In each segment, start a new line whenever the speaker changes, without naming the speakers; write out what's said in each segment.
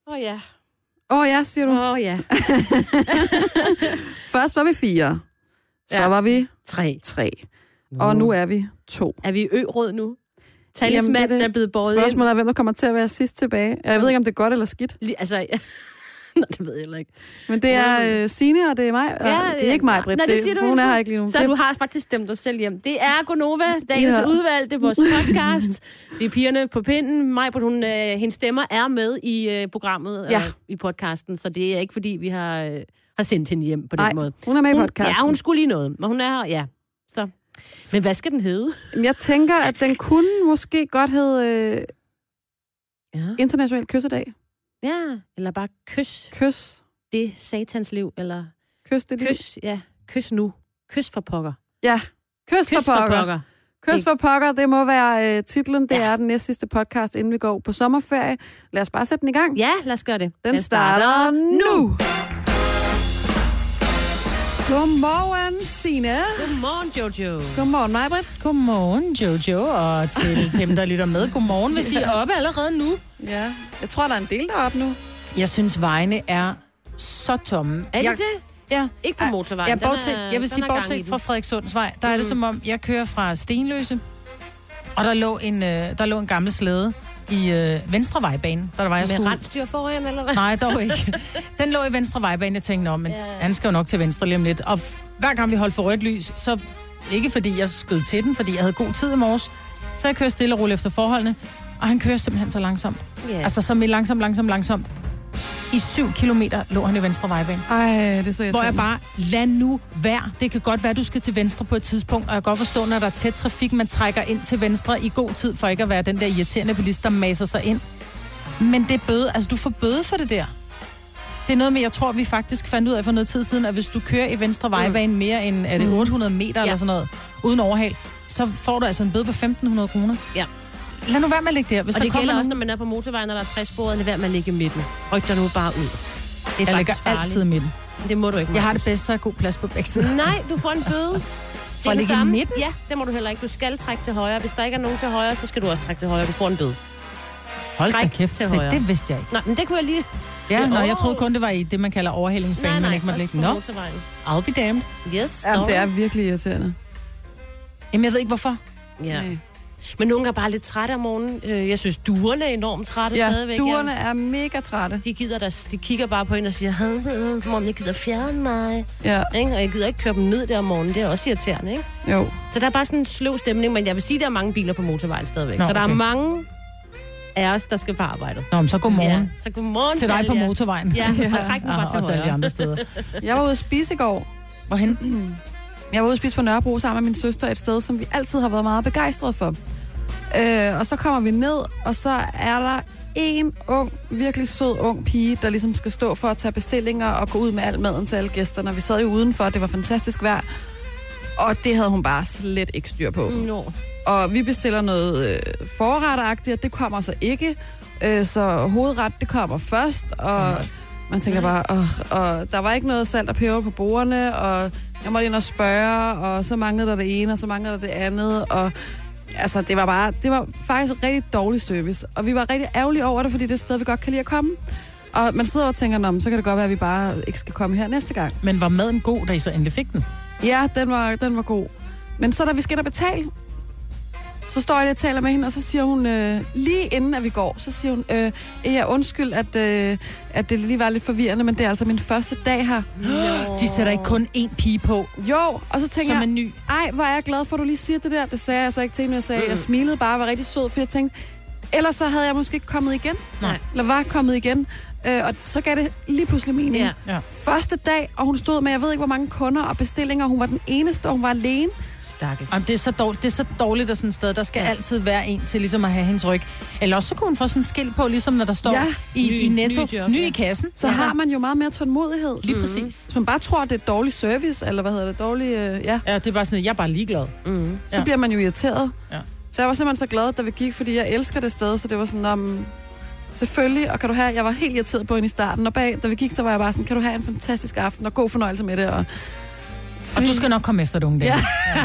ja.
Ja, siger du?
Ja.
Først var vi 4. Så var vi 3. Og nu er vi 2.
Er vi ø-råd nu? Talismanden er blevet båret ind.
Spørgsmålet er, hvem der kommer til at være sidst tilbage. Jeg ved ikke, om det er godt eller skidt.
Altså, nå, det ved jeg heller ikke.
Men det er Signe, og det er mig. Ja, det er ikke mig, Britt.
Det siger du
hun er her ikke lige nu.
Så du har faktisk stemt dig selv hjem. Det er Gonova, dagens udvalg, det er vores podcast. Det er pigerne på pinden. Majbrit, hendes stemmer er med i programmet, i podcasten, så det er ikke, fordi vi har sendt hende hjem på den måde.
Hun er med i podcasten.
Ja, hun skulle lige noget, men hun er her, ja. Så. Men hvad skal den hedde?
Jeg tænker, at den kunne måske godt hedde International Kyssedag.
Ja, eller bare kys.
Kys.
Det satans liv, eller...
Kys det liv.
Kys nu. Kys for pokker.
Ja, kys for pokker. Kys for pokker, det må være titlen. Det er den næste sidste podcast, inden vi går på sommerferie. Lad os bare sætte den i gang.
Ja, lad os gøre det.
Den starter nu. Godmorgen, Signe.
Godmorgen, Jojo.
Godmorgen, Majbrit.
Godmorgen, Jojo. Og til dem, der lytter med, godmorgen, hvis I er oppe allerede nu.
Ja, jeg tror, der er en del deroppe nu.
Jeg synes, vejene er så tomme.
Er det det?
Ja.
Ikke på motorvejen.
Jeg vil sige, bortset fra Frederikssundsvej, der er det som om, jeg kører fra Stenløse, og der lå en gammel slæde i venstre vejbane.
Med rensdyr foran, eller hvad?
Nej, dog ikke. Den lå i venstre vejbane, jeg tænkte, men han skal jo nok til venstre lige om lidt. Og hver gang vi holdt for rødt lys, så ikke fordi jeg skød til den, fordi jeg havde god tid i morges, så jeg kører stille og roligt efter forholdene, og han kører simpelthen så langsomt. Yeah. Altså som i langsomt. I 7 kilometer lå han i venstre vejbane.
Ej, det er så
hvor jeg bare, lad nu være. Det kan godt være, du skal til venstre på et tidspunkt, og jeg kan godt forstå, når der er tæt trafik, man trækker ind til venstre i god tid, for ikke at være den der irriterende bilist, der maser sig ind. Men det er bøde, altså du får bøde for det der. Det er noget med, jeg tror, vi faktisk fandt ud af for noget tid siden, at hvis du kører i venstre vejbane mere end, er det 800 meter eller sådan noget, uden overhald, så får du altså en bøde på 1.500 kroner.
Ja.
Lad nu være med at ligge der. Hvis
og
der
det gælder også, når man er på motorvejen, når der er 60 sporet, lad være med at ligge i midten. Ryk dig nu bare ud. Det er
jeg ligger altid i midten.
Det må du ikke.
Jeg har det bedst, så er god plads på begge sider.
Nej, du får en bøde.
For at ligge i midten?
Ja, det må du heller ikke. Du skal trække til højre. Hvis der ikke er nogen til højre, så skal du også trække til højre. Du får en bøde.
Hold da kæft, til højre. Det vidste jeg ikke.
Nej, men det kunne jeg lige...
Ja, jeg troede kun, det var i det, man kalder overhældingsbanen, man ikke måtte ligge.
Nå,
I'll be damned.
Yes,
jamen, det er virkelig irriterende.
Jamen, jeg ved ikke, hvorfor.
Ja. Nej. Men nogle er bare lidt trætte om morgenen. Jeg synes, duerne er enormt trætte stadigvæk.
Ja, duerne er mega trætte.
De kigger bare på hende og siger, som om jeg gider fjerne mig.
Ja.
Ikke? Og jeg gider ikke køre dem ned der om morgenen. Det er også irriterende, ikke?
Jo.
Så der er bare sådan en sløv stemning, men jeg vil sige, der er mange biler på motorvejen stadigvæk. Så der er mange af os, der skal på arbejde.
Nå, men så godmorgen.
Ja, så godmorgen
til dig på motorvejen.
Ja, og træk den bare til
højre. Alle de andre steder.
Jeg var ude at spise i går.
Hvorhen?
Jeg var ude at spise på Nørrebro sammen med min søster et sted, som vi altid har været meget begejstrede for. Og så kommer vi ned, og så er der en virkelig sød ung pige, der ligesom skal stå for at tage bestillinger og gå ud med al maden til alle gæsterne. Vi sad jo udenfor, det var fantastisk vejr, og det havde hun bare slet ikke styr på.
No.
Og vi bestiller noget forretagtigt, og det kommer så ikke. Så hovedret, det kommer først, og man tænker bare, og der var ikke noget salt og peber på bordene, og jeg måtte ind og spørge, og så manglede der det ene, og så manglede der det andet, og altså, det var faktisk rigtig dårlig service, og vi var rigtig ærgerlige over det, fordi det er et sted, vi godt kan lide at komme. Og man sidder og tænker, så kan det godt være, at vi bare ikke skal komme her næste gang.
Men var maden god, da I så endelig fik den?
Ja, den var god. Men så da vi skal der betale, så står jeg og taler med hende, og så siger hun, lige inden at vi går, så siger hun, ja, undskyld, at det lige var lidt forvirrende, men det er altså min første dag her.
De sætter ikke kun én pige på.
Jo, og så tænker
jeg, ny.
Ej, hvor er jeg glad for, at du lige siger det der. Det sagde jeg altså ikke til hende, jeg sagde, jeg smilede bare, var rigtig sød, for jeg tænkte, ellers så havde jeg måske ikke kommet igen.
Nej.
Eller var kommet igen. Og så gav det lige pludselig mening.
Ja.
Første dag, og hun stod med, jeg ved ikke, hvor mange kunder og bestillinger. Hun var den eneste, og hun var alene.
Stakkels.
Jamen, det er så dårligt at sådan et sted. Der skal altid være en til ligesom at have hendes ryg. Eller også så kunne hun få sådan en skilt på, ligesom når der står i Netto, ny i kassen.
Så har man jo meget mere tålmodighed.
Lige præcis.
Så man bare tror, at det er dårlig service, eller hvad hedder det, dårlig...
Ja, det er bare sådan, jeg er bare ligeglad.
Så bliver man jo irriteret.
Ja.
Så jeg var simpelthen så glad, da vi gik, fordi jeg elsker det sted, så det var sådan, selvfølgelig, og kan du have... Jeg var helt irriteret på hende i starten, og da vi gik, der var jeg bare sådan, kan du have en fantastisk aften, og god fornøjelse med det, og
du skal nok komme efter det unge dag.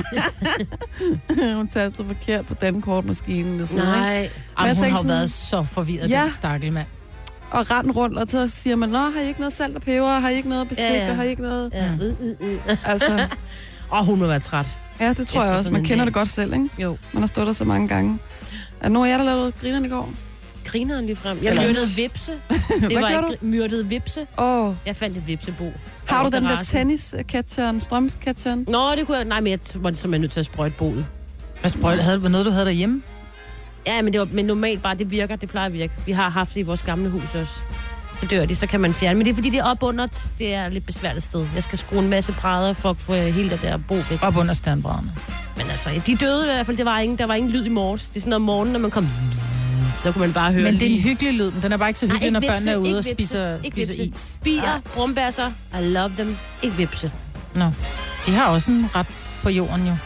Ja. Hun tager så forkert på dankortmaskinen og sådan noget.
Nej.
Hun har været så forvirret, den stakkel mand.
og rende rundt, og så siger man, nå, har I ikke noget salt og peber, har I ikke noget bestik, og har I ikke noget...
Ja.
Altså...
hun må være træt.
Ja, det tror jeg også. Man kender det godt selv, ikke?
Jo.
Man har stået der så mange gange. Er nogen af jer, der lavede grineren i går?
Grineren lige frem. Jeg myrdede vipse. Det var ikke myrdede vipse. Jeg fandt et vipsebo.
Har du den der tennis-catcheren, strømskatcheren?
Nå, det kunne jeg... Nej, men jeg var simpelthen nødt til at sprøjte boet.
Hvad sprøjte? Havde du noget, du havde derhjemme?
Ja, men normalt bare, det virker. Det plejer at virke. Vi har haft det i vores gamle hus også. Så dør de, så kan man fjerne. Men det er fordi, det er op under, det er et lidt besværligt sted. Jeg skal skrue en masse brædder for at få hele det der bo væk.
Op under sternbrædderne.
Men altså, de døde i hvert fald. Der var ingen lyd i morges. Det er sådan om morgenen, når man kom... Så kunne man bare høre.
Men det er en hyggelig lyd, men den er bare ikke så hyggelig, når børnene er ude og spiser is.
Bier, brumbærser, I love them. Ikke vipse.
Nå, de har også en ret på jorden jo.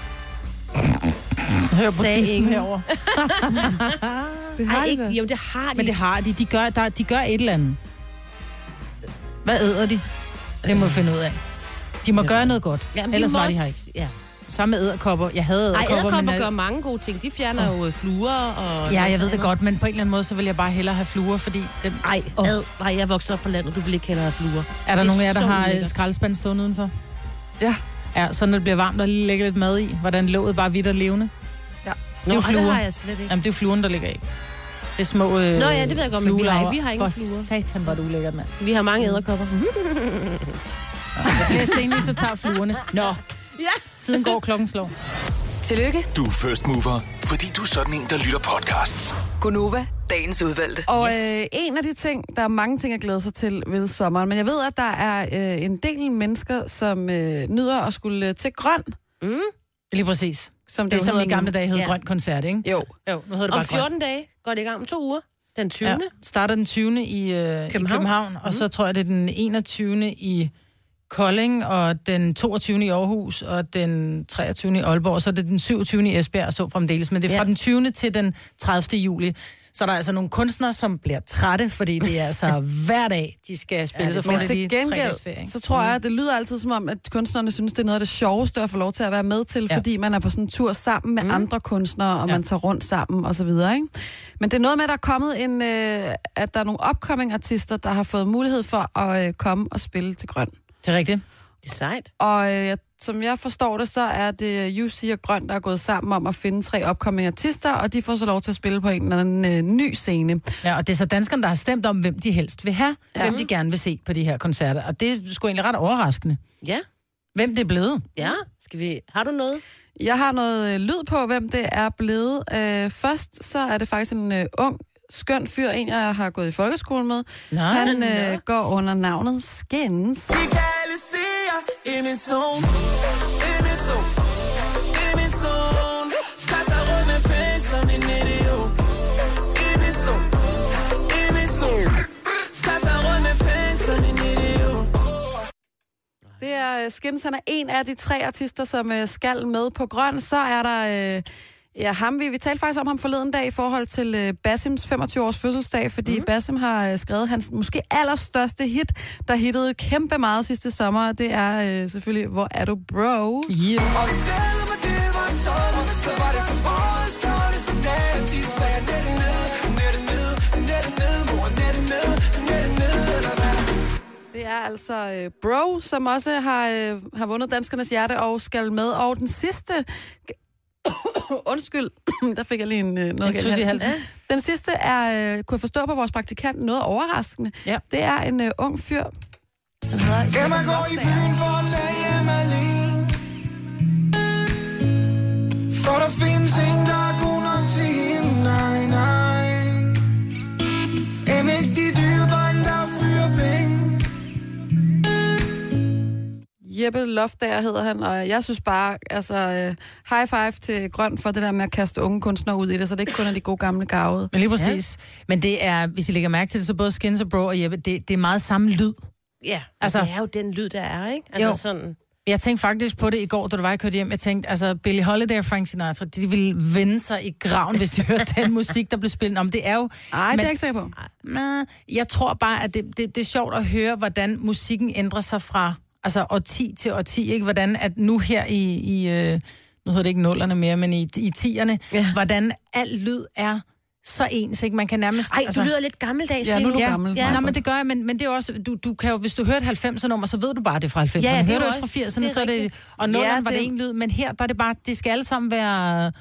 Hør på disten herovre.
Det har de.
Jo, det har de.
Men det har de. De gør et eller andet. Hvad æder de? Det må vi finde ud af. De må gøre noget godt. Jamen, ellers var de her ikke. Ja. Samme med æderkopper. Jeg havde æderkopper.
Æderkopper gør mange gode ting. De fjerner jo fluer og...
Ja, jeg ved det godt, men på en eller anden måde, så vil jeg bare hellere have fluer, fordi...
Nej, jeg voksede op på landet, du vil ikke hellere have fluer.
Er der nogen af jer, der har skraldespand stående udenfor?
Ja.
Ja, så når det bliver varmt, og lige lægger lidt mad i, hvordan låget bare hvidt og levende.
Ja.
Det er jo fluer.
Det har jeg slet ikke.
Jamen, det er fluerne, der ligger i. Det er små
Nå ja, det ved jeg godt, men vi har ingen fluer.
For satan, var det ulækkert, mand.
Vi har mange æderkopper.
Det bliver stenvis, så tager fluerne. Nå, tiden går, klokken slår.
Tillykke.
Du er first mover, fordi du er sådan en, der lytter podcasts.
Gunova, dagens udvalgte.
Og en af de ting, der er mange ting at glæde sig til ved sommeren, men jeg ved, at der er en del mennesker, som nyder at skulle til grøn.
Mm.
Lige præcis.
Som
det som i gamle dage hed grøn koncert, ikke?
Jo.
Nu hedder det bare
om 14 dage går det i gang om 2 uger. Den 20.
Ja, starter den 20. i København, og så tror jeg, det er den 21. i Kolding, og den 22. i Aarhus, og den 23. i Aalborg, og så er det den 27. i Esbjerg, og så fremdeles. Men det er fra den 20. til den 30. juli. Så der er altså nogle kunstnere, som bliver trætte, fordi det er altså hver dag, de skal spille. Så
men til gengæld, så tror jeg, at det lyder altid som om, at kunstnerne synes, det er noget af det sjoveste at få lov til at være med til, fordi man er på sådan en tur sammen med andre kunstnere, og man tager rundt sammen og så videre, ikke? Men det er noget med, at der er kommet at der er nogle upcoming artister, der har fået mulighed for at komme og spille til grøn.
Det er rigtigt.
Det er sejt.
Og som jeg forstår det, så er det UC og Grøn, der er gået sammen om at finde 3 upcoming artister, og de får så lov til at spille på en eller anden ny scene.
Ja, og det er så danskerne, der har stemt om, hvem de helst vil have, hvem de gerne vil se på de her koncerter. Og det er sgu egentlig ret overraskende.
Ja.
Hvem det er blevet.
Ja, har du noget?
Jeg har noget lyd på, hvem det er blevet. Først så er det faktisk en ung, skøn fyr, en jeg har gået i folkeskole med. Han går under navnet Skins. Det er Skins, han er en af de 3 artister, som skal med på grøn. Så er der ham. Vi talte faktisk om ham forleden dag i forhold til Bassims 25-års fødselsdag, fordi Bassim har skrevet hans måske allerstørste hit, der hittede kæmpe meget sidste sommer. Det er selvfølgelig Hvor er du, bro?
Yeah.
Og selvom det var en sommer, så var det som årets koldeste dag. De sagde,
det er altså Bro, som også har vundet danskernes hjerte og skal med. Og den sidste... Undskyld, der fik jeg lige noget galt i halsen. Den sidste er, kunne jeg forstå på vores praktikant, noget overraskende. Ja. Det er en ung fyr, som hedder...
Emma går i byen for at tage hjem alene. For der findes ingen, der er god nok til hende, nej, nej. En ægte dyrdreng, der fyrer penge.
Jeppe Loftager hedder han, og jeg synes bare, high five til Grøn for det der med at kaste unge kunstnere ud i det, så det ikke kun er de gode gamle garvede.
Men lige præcis. Ja. Men det er, hvis I lægger mærke til det, så både Skins og Bro og Jeppe, det er meget samme lyd.
Ja, altså, det er jo den lyd, der er, ikke? Altså,
jo.
Sådan...
Jeg tænkte faktisk på det i går, da du var kørt hjem. Jeg tænkte, Billie Holiday og Frank Sinatra, de ville vende sig i graven, hvis de hørte den musik, der blev spillet. Om det er jo...
Ej, det er jeg ikke sikker på.
Jeg tror bare, at det er sjovt at høre, hvordan musikken ændrer sig fra årti til årti, ikke? Hvordan at nu her nu hedder det ikke nullerne mere, men i 10'erne, hvordan al lyd er så ens, ikke? Man kan nærmest...
Ej, du lyder lidt gammeldags.
Ja, nu er du gammel.
Ja, men det gør jeg, men det er også... Du kan jo, hvis du hører et 90'er-nummer, så ved du bare, det er fra 90'erne.
Ja,
hører du et fra 80'erne, så er det... Og nullerne var det en lyd, men her, der er det bare... Det skal alle sammen være...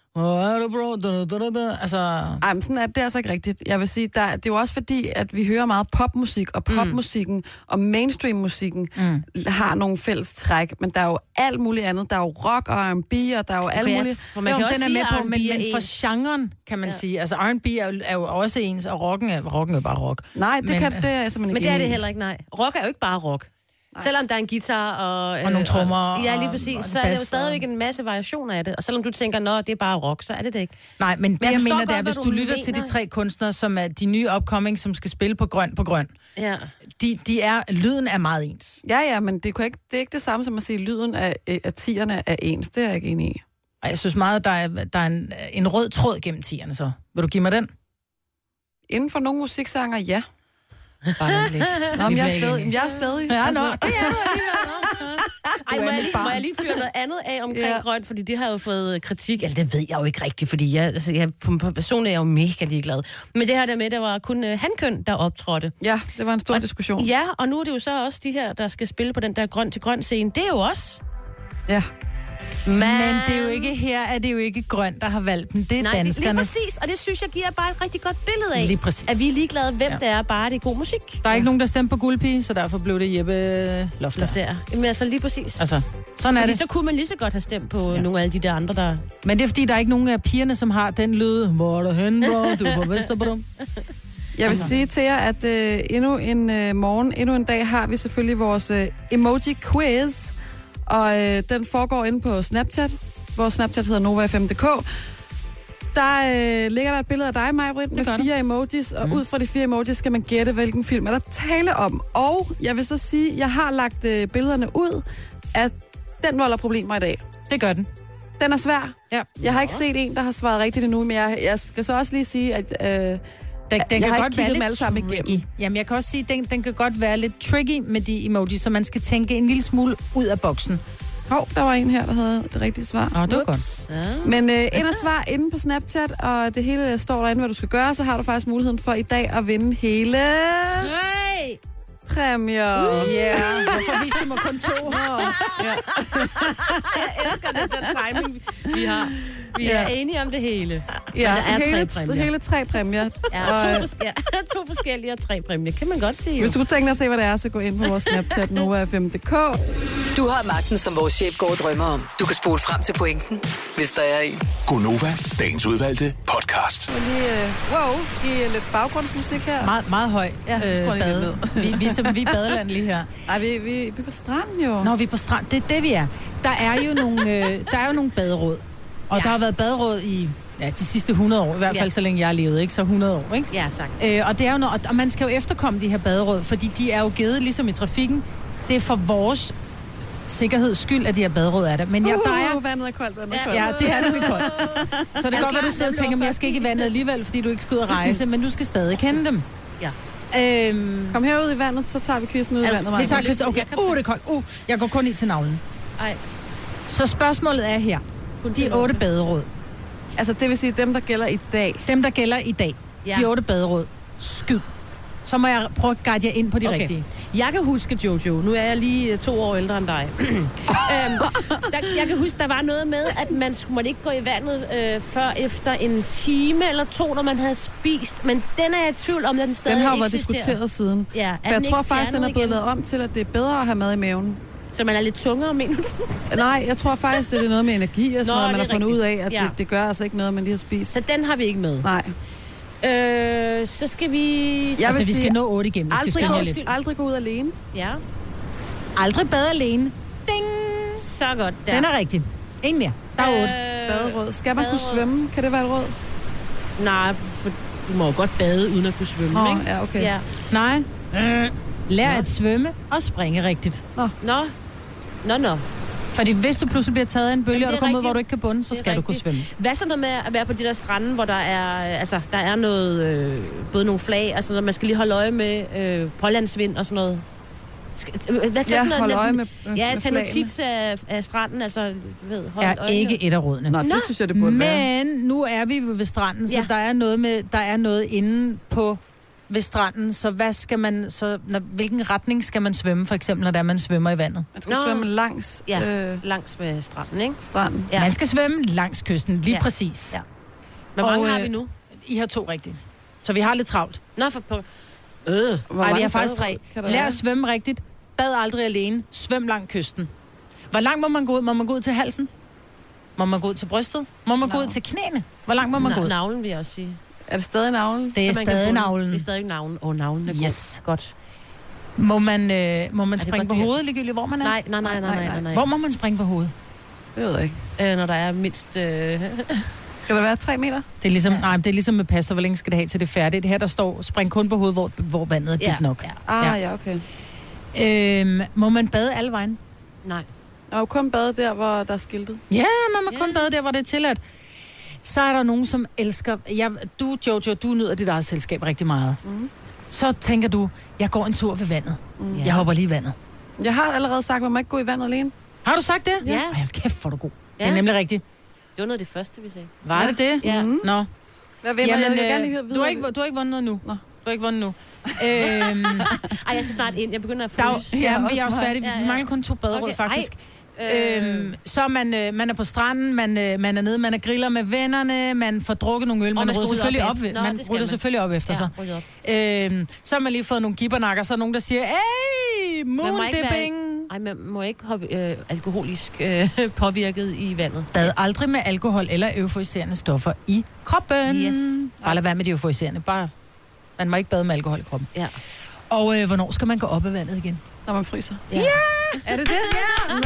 Altså...
Ej, men sådan er det altså ikke rigtigt. Jeg vil sige, det er jo også fordi, at vi hører meget popmusik, og popmusikken og mainstream-musikken har nogle fælles træk, men der er jo alt muligt andet. Der er jo rock og R&B, og der er jo alt muligt...
For man kan
jo,
også
den er
sige,
med på, men
R&B
for genren, kan man sige. Altså, R&B er jo også ens, og rocken er bare rock.
Nej, det er simpelthen
Men
ikke
det er det heller ikke, nej. Rock er jo ikke bare rock. Nej. Selvom der er en guitar og
nogle trommer.
Ja, lige præcis. Så er det jo stadigvæk en masse variationer af det. Og selvom du tænker, nå, det er bare rock, så er det ikke.
Nej, men det jeg mener,
godt,
det er, hvis du lytter til de 3 kunstnere, som er de nye upcoming, som skal spille på grøn.
Ja.
Lyden er meget ens.
Ja, men det er ikke det samme som at sige, at lyden af 10'erne er ens. Det er jeg ikke enig i.
Og jeg synes meget, der er en rød tråd gennem 10'erne, så. Vil du give mig den?
Inden for nogle musiksanger, ja.
Bare lidt.
Nå, men jeg er stadig.
Ja,
altså,
det er du alligevel.
Ej, må jeg lige fyre noget andet af omkring grønt, fordi det har jo fået kritik. Eller det ved jeg jo ikke rigtigt, fordi jeg personligt er jeg jo mega ligeglad. Men det her der med, der var kun hankøn, der optrådte.
Ja, det var en stor diskussion.
Ja, og nu er det jo så også de her, der skal spille på den der grøn til grøn scene. Det er jo også.
Ja.
Men det er jo ikke her, at det jo ikke grønt, der har valgt den. Det er danskerne.
Lige præcis, og det synes jeg giver bare et rigtig godt billede af.
Lige præcis.
At vi er ligeglade, hvem det er, bare det er god musik.
Der er ikke nogen, der stemte på Guldpige, så derfor blev det Jeppe Loftager.
Jamen altså lige præcis.
Altså, sådan er det.
Så kunne man lige så godt have stemt på nogle af alle de der andre, der...
Men det er fordi, der er ikke nogen af pigerne, som har den lyd. Hvor er du henne, bro? Du er på Vesterbro.
Jeg vil sige til jer, at endnu en morgen, endnu en dag, har vi selvfølgelig vores emoji-quiz. Og den foregår inde på Snapchat. Vores Snapchat hedder NovaFM.dk. Der ligger der et billede af dig, Maj-Brit, med 4 emojis. Og ud fra de 4 emojis skal man gætte, hvilken film er der tale om. Og jeg vil så sige, at jeg har lagt billederne ud, at den volder problemer i dag.
Det gør den.
Den er svær.
Ja.
Jeg har ikke set en, der har svaret rigtigt endnu, men jeg skal så også lige sige, at...
Den
jeg
kan
har
godt være
lidt tricky.
Jamen, jeg kan også sige, at den kan godt være lidt tricky med de emojis, så man skal tænke en lille smule ud af boksen.
Der var en her, der havde det rigtige svar.
Det var godt.
Men ind og svar inde på Snapchat, og det hele står derinde, hvad du skal gøre, så har du faktisk muligheden for i dag at vinde hele...
3
præmier.
Ja, hvorfor viste du mig kun 2?
Jeg elsker den der timing, vi har. Vi er enige om det hele.
Ja,
hele
3 præmier.
Ja, 2 forskellige og 3 præmier. Kan man godt sige.
Hvis du kunne tænke dig at se, hvad det er, så gå ind på vores Snapchat, NovaFM.dk.
Du har magten, som vores chef går og drømmer om. Du kan spole frem til pointen, hvis der er en.
Gonova, dagens udvalgte podcast.
Give lidt baggrundsmusik her.
Meget, meget høj
bade.
Vi er badeland lige her.
Ej, vi er på stranden jo.
Nå, vi er på stranden. Det er det, vi er. Der er jo nogle baderåd. Og der har været baderåd i de sidste 100 år, i hvert fald så længe jeg har levet, ikke? Så 100 år, ikke?
Ja, tak.
Og det er jo noget, og man skal jo efterkomme de her baderåd, fordi de er jo givet, ligesom i trafikken. Det er for vores sikkerheds skyld, at de her baderåd er der. Men der er...
vandet er koldt, vandet er koldt.
Ja, det er nemlig koldt. Så det er godt, at du sidder og tænker, at jeg skal ikke i vandet alligevel, fordi du ikke skal ud og rejse, men du skal stadig kende dem.
Ja.
Kom herud i vandet, så tager vi quizzen ud i vandet.
Vi tager quizzen. Okay. Det er koldt. Jeg går kun i til navlen.
Ej.
Så spørgsmålet er her. De 8 baderåd.
Altså, det vil sige dem, der gælder i dag.
Dem, der gælder i dag. Ja. De 8 baderåd. Skyd. Så må jeg prøve at guide jer ind på de rigtige.
Jeg kan huske, Jojo, nu er jeg lige 2 år ældre end dig. Jeg kan huske, der var noget med, at man måtte ikke gå i vandet før efter en time eller 2, når man havde spist. Men den er jeg i tvivl om, at den stadig eksisterer.
Den har jo været diskuteret siden.
Ja,
jeg tror faktisk, den er blevet lavet om til, at det er bedre at have mad i maven.
Så man er lidt tungere, mener du?
Nej, jeg tror faktisk, det er noget med energi og sådan noget, man har fundet ud af, at det gør altså ikke noget, man lige har spist.
Så den har vi ikke med?
Nej.
Så skal vi...
Vi skal nå 8 igennem.
Aldrig gå ud alene.
Ja.
Aldrig bade alene. Ding!
Så godt. Der.
Den er rigtig. En mere. Der er 8.
Baderåd. Skal man kunne svømme? Kan det være et råd?
Nej, for du må jo godt bade uden at kunne svømme, ikke?
Ja, okay. Ja.
Nej. Lær at svømme og springe rigtigt.
Nå.
Fordi hvis du pludselig bliver taget af en bølge, og du kommer ud, hvor du ikke kan bunde, så skal du kunne svømme.
Hvad så noget med at være på de der strande, hvor der er noget, både nogle flag, altså man skal lige holde øje med pålandsvind og sådan noget?
Hold øje med
tag
flagene.
notits af stranden, altså, du ved, hold
Er ikke et af rådene.
Nå, det synes jeg, det burde være.
Men nu er vi ved stranden, så
Ja.
der er noget inde på ved stranden, så hvad skal man, hvilken retning skal man svømme, for eksempel, når der man svømmer i vandet?
Man skal svømme langs
langs med stranden, ikke?
stranden.
Ja.
Man skal svømme langs kysten, lige præcis.
Ja. Hvor mange
Og,
har vi nu?
I har 2 rigtigt. Så vi har lidt travlt.
Nå, for på...
Nej, vi har faktisk 3.
Kan der
Lær
være?
at svømme rigtigt. Bad aldrig alene. Svøm langs kysten. Hvor langt må man gå ud? Må man gå ud til halsen? Må man gå ud til brystet? Må man gå ud til knæene? Hvor langt må man gå ud?
Navlen, vil jeg også sige.
Er det stadig navlen?
Det er
Så man kan
stadig
bunde.
navlen.
Det er stadig navlen. Navlen er god.
Yes.
Godt.
Må man springe
godt
på
dyrt?
hovedet, ligegyldigt hvor man er?
Nej.
Hvor må man springe på hovedet?
Det ved jeg ikke.
Når der er mindst...
Skal der være 3 meter?
Det er ligesom, det er ligesom med pasta, hvor længe skal det have til det er færdigt. Her der står, spring kun på hovedet, hvor vandet er dybt nok.
Ja, okay.
Må man bade alle vejen?
Nej.
Der er jo kun bade der, hvor der er skiltet.
Ja, man må kun bade der, hvor det er tilladt. Så er der nogen, som elsker... Du, Jojo, du nyder dit eget selskab rigtig meget. Mm. Så tænker du, jeg går en tur ved vandet. Mm. Jeg hopper lige i vandet.
Jeg har allerede sagt, at man må ikke gå i vandet alene.
Har du sagt det?
Ja.
Ej, hold kæft, hvor er du god.
Ja.
Det er nemlig rigtigt.
Det var noget af det første, vi sagde.
Var det det?
Ja.
Mm. Nå.
Hvad vinder? Jeg vil gerne lige vide.
du har ikke vundet noget nu.
Nå.
Du har ikke vundet nu.
Ej, jeg skal snart ind. Jeg begynder at fryse.
Vi er også færdige. Vi mangler kun 2 baderåd,
Okay,
faktisk. Så man er på stranden, man er nede, man er griller med vennerne, man får drukket nogle øl, man rydder selvfølgelig op, man rydder selvfølgelig op efter sig. Så har man lige fået nogle gibbernakker, så er nogen, der siger, hey, moondipping.
Ej, man må ikke hoppe alkoholisk påvirket i vandet.
Bad aldrig med alkohol eller euforiserende stoffer i kroppen.
Yes.
Bare lad være med de euforiserende. Man må ikke bade med alkohol i kroppen.
Ja.
Og hvornår skal man gå op af vandet igen?
Når man fryser.
Ja!
Er det det? Ja! Nå!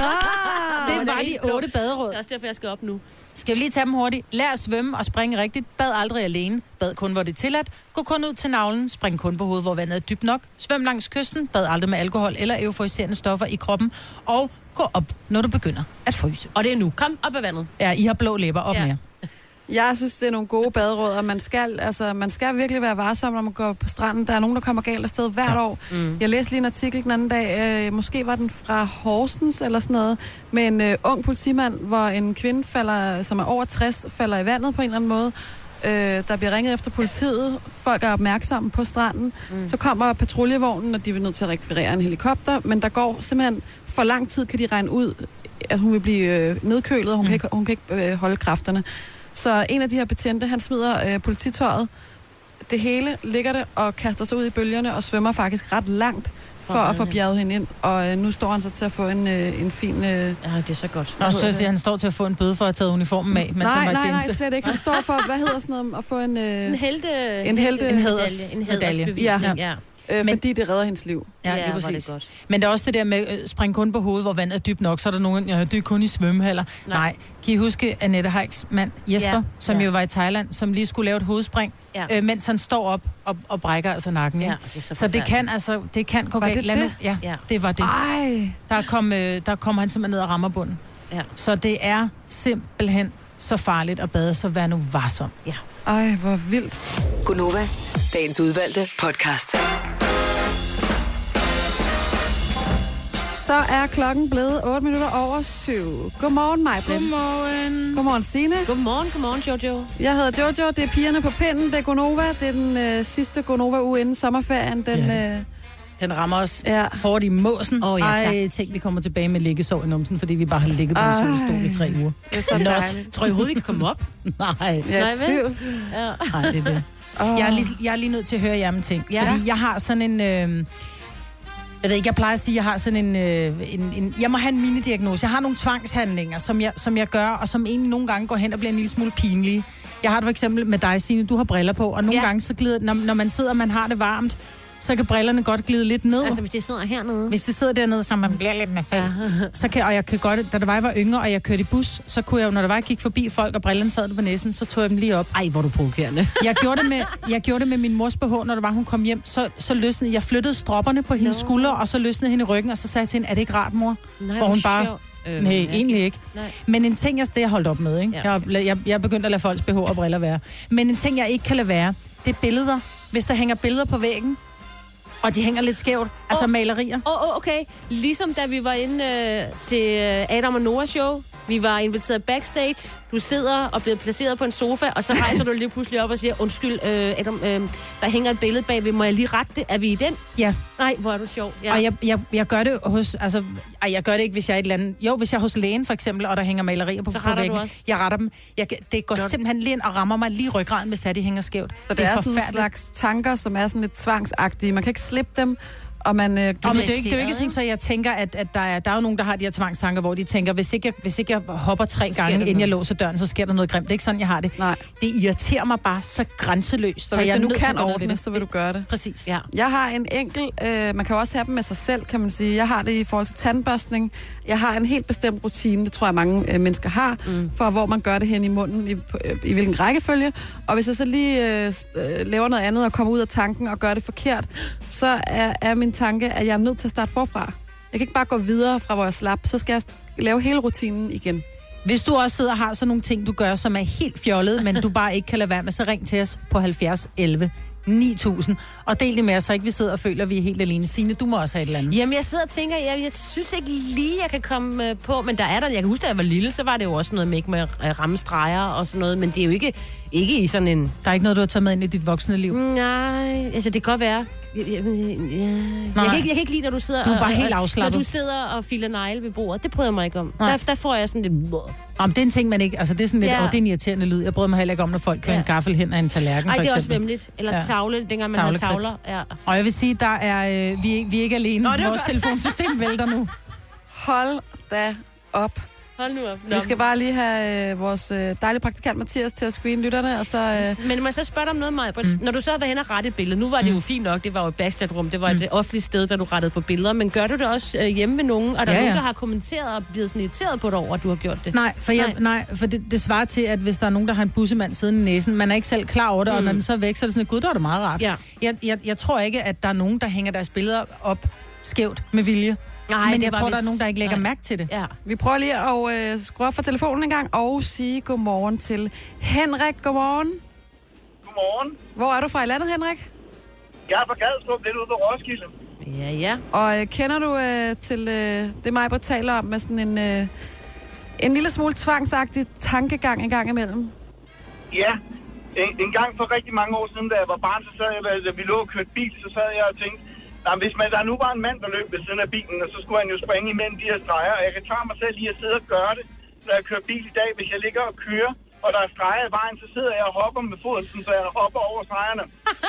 Det var
helt
de 8 baderåd.
Det er også derfor, jeg skal op nu.
Skal vi lige tage dem hurtigt? Lær at svømme og springe rigtigt. Bad aldrig alene. Bad kun, hvor det er tilladt. Gå kun ud til navlen. Spring kun på hovedet, hvor vandet er dybt nok. Svøm langs kysten. Bad aldrig med alkohol eller euforiserende stoffer i kroppen. Og gå op, når du begynder at fryse.
Og det er nu. Kom op af vandet.
Ja, I har blå læber. Op med.
Jeg synes, det er nogle gode baderåd, og man skal virkelig være varsom, når man går på stranden. Der er nogen, der kommer galt afsted hvert år. Mm. Jeg læste lige en artikel den anden dag, måske var den fra Horsens eller sådan noget, med en ung politimand, hvor en kvinde som er over 60, falder i vandet på en eller anden måde. Der bliver ringet efter politiet. Folk er opmærksomme på stranden. Så kommer patruljevognen, og de vil nødt til at rekvirere en helikopter, men der går simpelthen for lang tid, kan de regne ud, at hun vil blive nedkølet, og hun kan ikke holde kræfterne. Så en af de her betjente, han smider polititøjet. Det hele ligger det og kaster sig ud i bølgerne og svømmer faktisk ret langt for at få bjerget hende ind. Og nu står han så til at få en fin...
Ja, det er så godt.
Og så siger han står til at få en bøde for at have taget uniformen af, mens han var i tjeneste.
Nej, slet ikke. Han står for, hvad hedder sådan noget, at få en...
Sådan en
hedersbevisning.
Ja.
Fordi det redder hendes liv.
Ja,
Ja,
lige
var
præcis.
det godt.
Men det er også det der med springe kun på hovedet, hvor vandet er dybt nok, så er der nogen, det er kun i svømmehaller. Nej. Kan I huske Annette Heiks mand, Jesper, som jo var i Thailand, som lige skulle lave et hovedspring, mens han står op og brækker altså nakken.
Ja,
det så det kan gå galt. Ja, det var det.
Ej.
Der kom han simpelthen ned og rammer bunden.
Ja.
Så det er simpelthen så farligt at bade, så vær nu varsom.
Ja.
Ej, hvor vildt.
Gunova, dagens udvalgte podcast.
Så er klokken blevet 8 minutter over 7. Godmorgen, Maj-Brit.
Godmorgen.
Godmorgen, Signe.
Godmorgen, Jojo.
Jeg hedder Jojo, det er pigerne på pinden, det er Gonova. Det er den sidste Gonova-uge inden sommerferien.
Den rammer os
hårdt
i måsen.
Ja,
Ej, tænk, vi kommer tilbage med liggesår i numsen, fordi vi bare har ligget på en solstol i 3 uger.
Det er så dejligt.
Tror I overhovedet, I kan komme op?
Nej.
Jeg er i tvivl.
Ja.
Nej, det er det. Jeg er lige nødt til at høre jer om ting.
Ja.
Fordi jeg har sådan en... jeg ved ikke, jeg plejer at sige, at jeg har sådan jeg må have en minidiagnose. Jeg har nogle tvangshandlinger, som jeg gør, og som egentlig nogle gange går hen og bliver en lille smule pinlige. Jeg har det for eksempel med dig, Signe, du har briller på, og nogle gange så glider, når man sidder og man har det varmt, så kan brillerne godt glide lidt ned.
Altså, hvis det sidder hernede.
Hvis det sidder dernede, så man bliver lidt nasal. Ja. Og jeg kan godt, da jeg var yngre, og jeg kørte i bus, så kunne jeg, når jeg gik forbi folk, og brillerne sad på næsen, så tog jeg dem lige op.
Ej, hvor du provokerende.
Jeg gjorde det med min mors BH, når hun kom hjem, så løsnede jeg flyttede stropperne på hendes skuldre, og så løsnede hende i ryggen, og så sagde jeg til hende, er det ikke rart, mor?
Nej,
hvor hun bare... Nej, egentlig ikke.
Nej.
Men en ting, jeg holdt op med, ikke? Ja. Jeg begyndte at lade folks BH og briller være. Men en ting, jeg ikke kan lade være, det er billeder. Hvis der hænger billeder på væggen, Og de hænger lidt skævt. Altså malerier.
Okay. Ligesom da vi var inde til Adam og Noah show. Vi var inviteret backstage. Du sidder og bliver placeret på en sofa, og så rejser du lige pludselig op og siger, undskyld, Adam, der hænger et billede bagved. Må jeg lige rette det? Er vi i den?
Ja.
Nej, hvor er du sjov. Ja.
Og jeg gør det hos... Altså, jeg gør det ikke, hvis jeg er et eller andet... Jo, hvis jeg er hos lægen, for eksempel, og der hænger malerier på væggen. Jeg retter dem. Det går simpelthen lige ind og rammer mig lige i ryggraden, hvis de hænger skævt.
Så det er sådan en slags tanker, som er sådan lidt tvangsagtige. Man kan ikke slippe dem. Og man,
men det er jo ikke sådan, så jeg tænker, at der er jo nogen, der har de her tvangstanker, hvor de tænker, hvis ikke jeg hopper 3 gange, inden jeg låser døren, så sker der noget grimt. Det er ikke sådan, jeg har det. Nej. Det irriterer mig bare så grænseløst.
Så hvis jeg nu kan ordne det, så vil du gøre det.
Præcis. Ja.
Jeg har en enkelt, man kan også have dem med sig selv, kan man sige. Jeg har det i forhold til tandbørstning. Jeg har en helt bestemt rutine, det tror jeg mange mennesker har, for hvor man gør det hen i munden, i hvilken rækkefølge. Og hvis jeg så lige laver noget andet og kommer ud af tanken og gør det forkert, så er min tanke, at jeg er nødt til at starte forfra. Jeg kan ikke bare gå videre fra, hvor jeg slap. Så skal jeg lave hele rutinen igen.
Hvis du også sidder og har sådan nogle ting, du gør, som er helt fjollet, men du bare ikke kan lade være med, så ring til os på 70 11 9000. Og del det med os, så ikke vi sidder og føler, at vi er helt alene. Signe, du må også have et eller andet.
Jamen, jeg sidder og tænker, jeg synes ikke lige, jeg kan komme på, men der er der. Jeg kan huske, da jeg var lille, så var det jo også noget med rammestreger og sådan noget, men det er jo ikke i sådan en...
Der er ikke noget, du har taget med ind i dit voksne liv?
Nej, altså det kan godt være. Jeg kan ikke lide, når du sidder...
Du er bare helt afslappet.
Når du sidder og filer negle ved bordet. Det bryder jeg mig ikke om. Der får jeg sådan lidt...
Om det er en ting, man ikke... Altså, det er sådan lidt... det er en irriterende lyd. Jeg bryder mig heller ikke om, når folk kører en gaffel hen af en tallerken,
for eksempel. Det er også vemmeligt. Eller tavle, dengang man havde tavler. Ja.
Og jeg vil sige, der er... Vi er ikke alene. Vores telefonsystem vælter nu.
Hold da op.
Hold nu op.
Vi skal bare lige have vores dejlige praktikant Mathias til at screene lytterne, og så...
Men må jeg så spørge dig om noget, Maja? Når du så har været hen og rettet et billede, nu var det jo fint nok, det var jo et backchat-rum, det var et offentligt sted, der du rettede på billeder, men gør du det også hjemme ved nogen? Og der nogen, der har kommenteret og blevet sådan irriteret på dig over, at du har gjort det?
Nej, for det svarer til, at hvis der er nogen, der har en bussemand siden i næsen, man er ikke selv klar over det, og når den så er væk, så er det sådan, gud, det var da meget rart. Ja. Jeg tror ikke, at der er nogen, der hænger deres billeder op skævt med vilje. Nej, men jeg tror, der er nogen, der ikke lægger mærke til det.
Ja. Vi prøver lige at skrue op for telefonen en gang og sige godmorgen til Henrik. Godmorgen.
Godmorgen.
Hvor er du fra i landet, Henrik?
Jeg er fra Gadstrup, lidt ude på Roskilde.
Ja.
Og kender du til det, Majbert taler om, med sådan en lille smule tvangsagtig tankegang en gang imellem?
Ja. En gang for rigtig mange år siden, da jeg var barn, så sad jeg, da vi lå og kørte bil, så sad jeg og tænkte, hvis der nu var en mand, der løb ved siden af bilen, og så skulle han jo springe imellem de her streger, og jeg kan tage mig selv i at sidde og gøre det, når jeg kører bil i dag. Hvis jeg ligger og kører, og der er streger i vejen, så sidder jeg og hopper med foden, så jeg hopper over stregerne.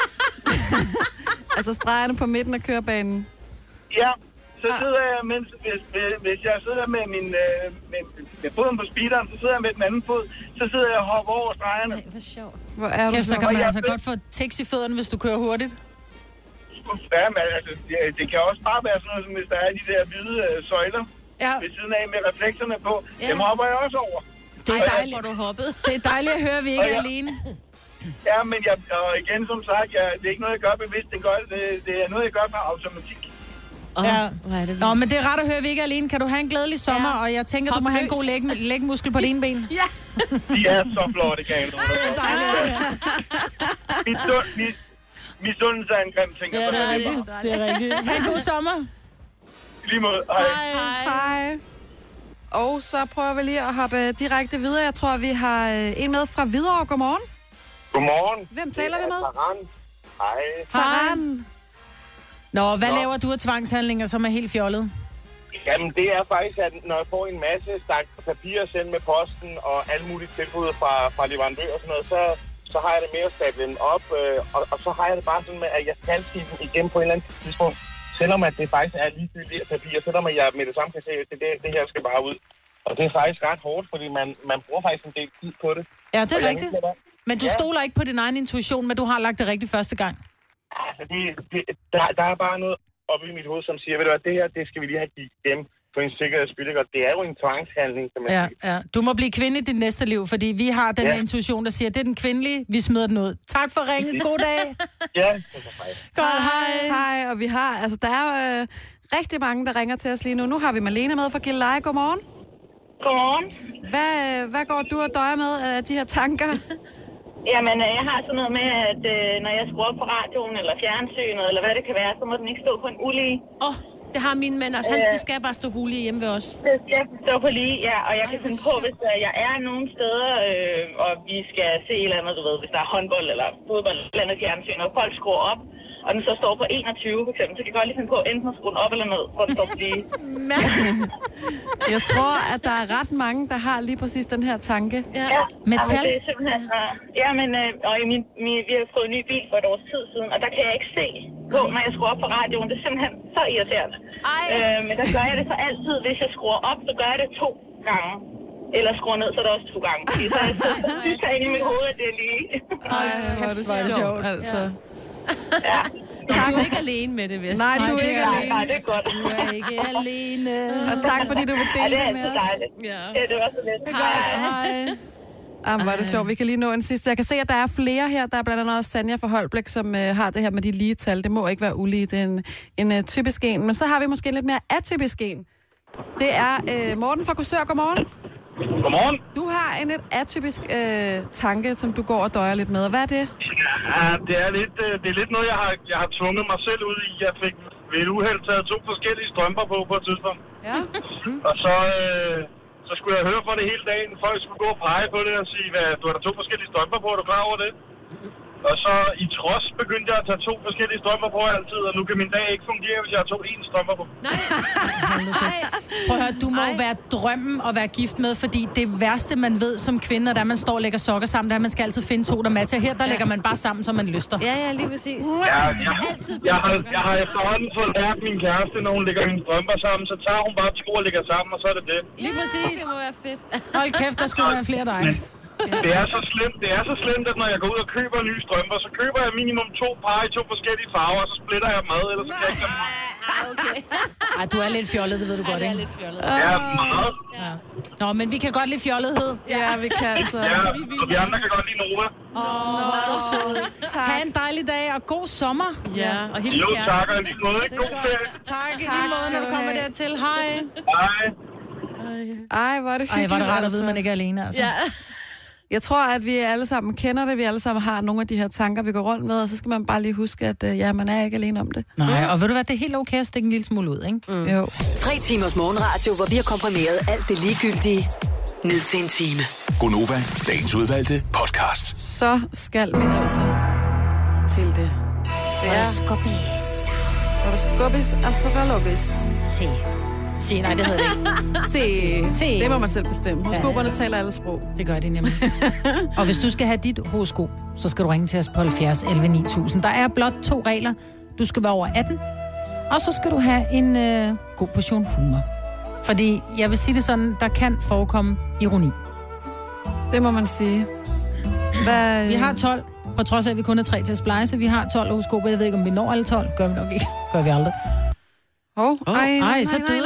Altså stregerne på midten af kørebanen?
Ja, så sidder jeg, hvis jeg sidder med med foden på speederen, så sidder jeg med den anden fod, så sidder jeg og hopper over stregerne.
Nej, hvor sjovt.
Hvor er du
så kan man altså godt få tekst i fødderne, hvis du kører hurtigt.
Ja, men altså, det kan også bare være sådan noget, som hvis der er de der hvide søjler ved siden af med reflekserne på. Dem hopper jeg også over.
Det er dejligt, hvor du hoppede. Det er dejligt at høre, at vi ikke er alene.
Ja, men og igen, som sagt, det er ikke noget, jeg gør bevidst. Det er noget, jeg gør per automatik.
Nå, men det er rart at høre, at vi ikke er alene. Kan du have en gledelig sommer, og jeg tænker, du må have en god lægmuskel på dine ben.
Ja. De er så flotte, kan jeg
Det er dejligt.
Misundelse er en grim ting.
Ja, det er rigtigt. Ha' en god sommer.
Lige måde.
Hej. Og så prøver vi lige at hoppe direkte videre. Jeg tror, vi har en med fra Hvidovre. Godmorgen.
Godmorgen.
Hvem taler vi med?
Taran. Hej.
Taran.
Nå, hvad laver du af tvangshandlinger, som er helt fjollet?
Jamen, det er faktisk, at når jeg får en masse stak papir sendt med posten og alle mulige tilbud fra leverandører og sådan noget, så har jeg det med at stable dem op, og så har jeg det bare sådan med, at jeg skal sige dem igen på et eller andet tidspunkt, selvom at det faktisk er ligegyldigt papir, selvom at jeg med det samme kan se, at det her skal bare ud. Og det er faktisk ret hårdt, fordi man bruger faktisk en del tid på det.
Ja, det er rigtigt. Men du stoler ikke på din egen intuition, men du har lagt det rigtigt første gang.
Altså, der er bare noget oppe i mit hoved, som siger, ved du hvad, det her, det skal vi lige have givet igennem for en sikkerheds skyld, og det er jo en tvangshandling, som man siger.
Ja. Du må blive kvinde i dit næste liv, fordi vi har den her intuition, der siger, det er den kvindelige, vi smider den ud. Tak for ringen. God dag.
Ja.
Godt, hej.
Hej, og vi har, altså der er jo rigtig mange, der ringer til os lige nu. Nu har vi Malene med fra Gilleleje. Godmorgen.
Godmorgen.
Hvad går du og døjer med af de her tanker?
Jamen, jeg har sådan noget med, at når jeg skruer op på radioen eller fjernsynet, eller hvad det kan være, så må den ikke stå på en ulige.
Det har min mand også. Det skal bare stå ulige hjemme ved os.
Det skal stå på lige, ja. Og jeg kan finde på, hvis jeg er nogle steder, og vi skal se et eller andet, du ved, hvis der er håndbold eller fodbold eller andet fjernsyn, og folk skruer op, og den så står på 21 for eksempel, så kan jeg godt lige finde på enten at skrue den op eller ned, for den står på lige.
Jeg tror, at der er ret mange, der har lige præcis den her tanke.
Ja,
Metal?
det er simpelthen... og vi har fået en ny bil for et års tid siden, og der kan jeg ikke se på, når jeg skruer op på radioen. Det er simpelthen så irriterende. Men der gør jeg det så altid, hvis jeg skruer op, så gør jeg det 2 gange. Eller skruer ned, så er det også 2 gange. Så jeg synes inde i mit hoved, at det er lige.
Hvor er det sjovt, altså.
Ja.
Du er ikke alene med det, Vest.
Nej, du er ikke alene.
Nej, det er godt.
Du er ikke alene.
Og tak, fordi du vil dele det med os.
Ja, det var så lidt.
Hej. Hvor er det sjovt. Vi kan lige nå en sidste. Jeg kan se, at der er flere her. Der er blandt andet også Sanja fra Holbæk, som har det her med de lige tal. Det må ikke være ulige. Det er en typisk en. Men så har vi måske en lidt mere atypisk en. Det er Morten fra Korsør. Godmorgen.
Godmorgen.
Du har en lidt atypisk tanke, som du går og døjer lidt med. Hvad er det?
Ja, det er lidt noget, jeg har tvunget mig selv ud i. Jeg fik ved et uheld taget 2 forskellige strømper på et tidspunkt.
Ja.
Og så skulle jeg høre for det hele dagen. Folk skulle gå og pege på det og sige, du har der 2 forskellige strømper på, er du klar over det? Og så i trods begyndte jeg at tage 2 forskellige strømper på altid, og nu kan min dag ikke fungere, hvis jeg har 1 strømper på.
Nej.
Prøv at høre, du må være drømmen at være gift med, fordi det værste, man ved som kvinde, da man står og lægger sokker sammen, der man skal altid finde 2, der matcher. Her, der lægger man bare sammen, som man lyster.
Ja, lige præcis.
Jeg har efterhånden fået lært min kæreste, når hun lægger mine strømper sammen, så tager hun bare 2 og lægger sammen, og så er det det.
Lige præcis.
Det må være fedt.
Hold kæft, der skulle være flere dig.
Det er så slemt, at når jeg går ud og køber nye strømper, så køber jeg minimum 2 par i 2 forskellige farver, og så splitter jeg dem ad, ellers så kan jeg ikke dem.
Okay.
Ej, du er lidt fjollet, det ved du godt, ikke?
Det er lidt fjollet.
Ja, meget.
Ja. Nå, men vi kan godt lide fjollethed.
Ja, vi kan så.
Ja, og vi andre kan godt lide Nova.
Hvor er du sød. Ha' en dejlig dag, og god sommer.
Ja, og helt
Jo, tak, og lige måde. God ferie.
Tak i lige måde, når du kommer dertil. Hej.
Hej.
Ej, hvor er det hyggeligt.
Ej, hvor er det rart at vide, at man ikke er alene, altså.
Ja.
Jeg tror, at vi alle sammen kender det. Vi alle sammen har nogle af de her tanker, vi går rundt med, og så skal man bare lige huske, at man er ikke alene om det.
Nej, og ved du hvad, det er helt okay at stikke en lille smule ud, ikke?
Jo.
3 timers morgenradio, hvor vi har komprimeret alt det ligegyldige ned til en time.
Gonova, dagens udvalgte podcast.
Så skal vi altså til det. Det er Horoskopis astrologis.
Se, nej, det hedder det ikke.
Se. Det må man selv bestemme. Horoskoperne taler alle sprog.
Det gør de nemlig. Og hvis du skal have dit horoskop, så skal du ringe til os på 70 11 9000. Der er blot 2 regler. Du skal være over 18, og så skal du have en god portion humor. Fordi jeg vil sige det sådan, der kan forekomme ironi.
Det må man sige.
Vi har 12, på trods af, at vi kun er 3 til at splice. Vi har 12 horoskoper. Jeg ved ikke, om vi når alle 12. Gør vi nok ikke. Gør vi aldrig.
Nej,
så døde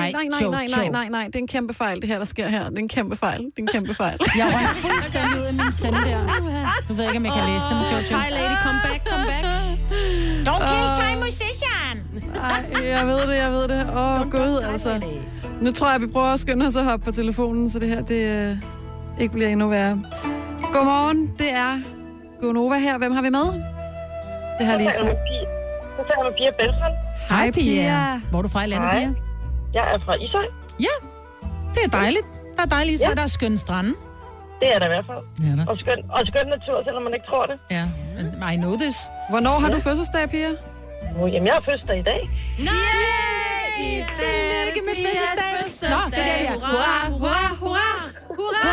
nej. Det er en kæmpe fejl, det her, der sker her. Det er en kæmpe fejl.
Jeg var fuldstændig ud af min sende der. Nu ved jeg ikke, om jeg kan læse dem, Jojo.
Thai lady, come back.
Don't kill Thai musician!
Ej, jeg ved det. Gud, altså. Nu tror jeg, vi prøver at skynde os at hoppe på telefonen, så det her, det ikke bliver endnu værre. Godmorgen, det er Gonova her. Hvem har vi med? Det har Lisa.
Så tager du Pia Beltran.
Hej, Pia.
Hvor er du fra i landet, Pia?
Jeg er fra Ishøj.
Ja, det er dejligt. Der er dejligt Ishøj, der er skønne strande.
Det er der i hvert fald.
Ja, der.
Og skøn natur, selvom man ikke tror det.
Ja, I know this.
Hvornår har du fødselsdag, Pia?
Jamen, jeg har fødselsdag i dag.
Nej!
Tillykke med fødselsdag. Nå, det er det. Hurra!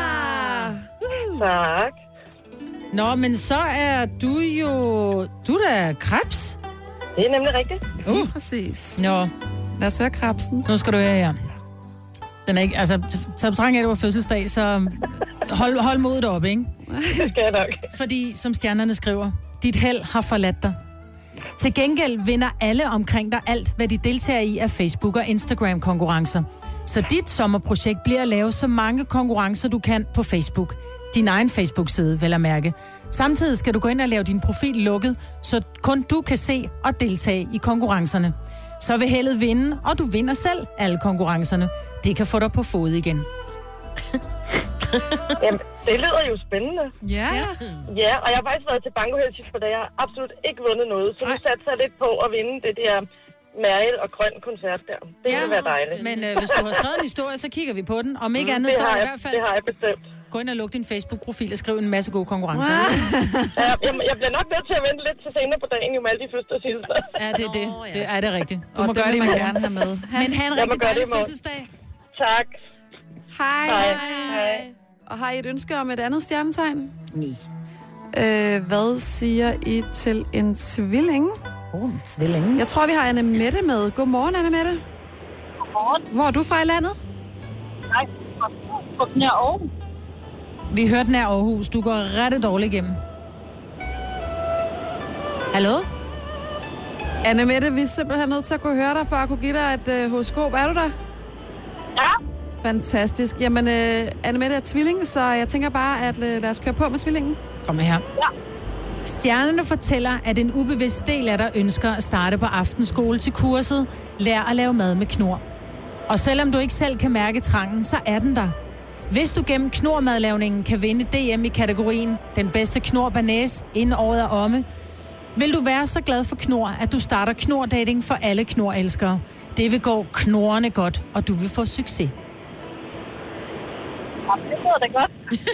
Tak.
Nå, men så er du jo... Du er da krebs.
Det er nemlig rigtigt.
Præcis.
Nå,
Lad os høre krebsen.
nu skal du høre her. Den er ikke... Altså, så betragtning af, at du har fødselsdag, så hold modet op, ikke?
Det skal jeg nok.
Fordi, som stjernerne skriver, dit held har forladt dig. Til gengæld vinder alle omkring dig alt, hvad de deltager i af Facebook- og Instagram-konkurrencer. Så dit sommerprojekt bliver at lave så mange konkurrencer, du kan på Facebook. Din egen Facebook-side, vel at mærke. Samtidig skal du gå ind og lave din profil lukket, så kun du kan se og deltage i konkurrencerne. Så vil heldet vinde, og du vinder selv alle konkurrencerne. Det kan få dig på fod igen.
Jamen, det lyder jo spændende.
Ja.
Ja, og jeg har faktisk været til Banko her sidst for dag. Jeg har absolut ikke vundet noget, så nu satser jeg lidt på at vinde det der Mariel og Grøn koncert der. Det vil være dejligt.
Men hvis du har skrevet en historie, så kigger vi på den. Om ikke andet, så i hvert fald...
Det har jeg bestemt.
Gå ind og luk din Facebook-profil og skriv en masse gode konkurrencer.
Jeg bliver nok nødt til at vente lidt til senere på dagen, jo med alle de første og sidste.
Ja, det er det. Det er det rigtigt. Du må
det
gøre det,
man
man
gerne have med.
Men have en rigtig dejlig fødselsdag.
Tak.
Hej.
Hej.
Og har I et ønske om et andet stjernetegn? Nej. Hvad siger I til en tvilling?
En tvilling.
Jeg tror, vi har Anne Mette med. Godmorgen, Anne Mette.
Godmorgen.
Hvor er du fra i landet?
Nej, på nær Aarhus.
Vi hørte nær Aarhus. Du går ret dårligt igennem. Hallo?
Anne Mette, vi er simpelthen nødt til at kunne høre dig, for at kunne give dig et horoskop. Er du der?
Ja.
Fantastisk. Jamen, Anne Mette er tvilling, så jeg tænker bare, at lad os køre på med tvillingen.
Kom med her.
Ja.
Stjernerne fortæller, at en ubevidst del af dig ønsker at starte på aftenskole til kurset Lær at lave mad med knor. Og selvom du ikke selv kan mærke trangen, så er den der. Hvis du gennem knormadlavningen kan vinde DM i kategorien Den bedste knor banæs inden året er omme, vil du være så glad for knor, at du starter knordating for alle knorelskere. Det vil gå knorrende godt, og du vil få succes.
Det lyder da godt.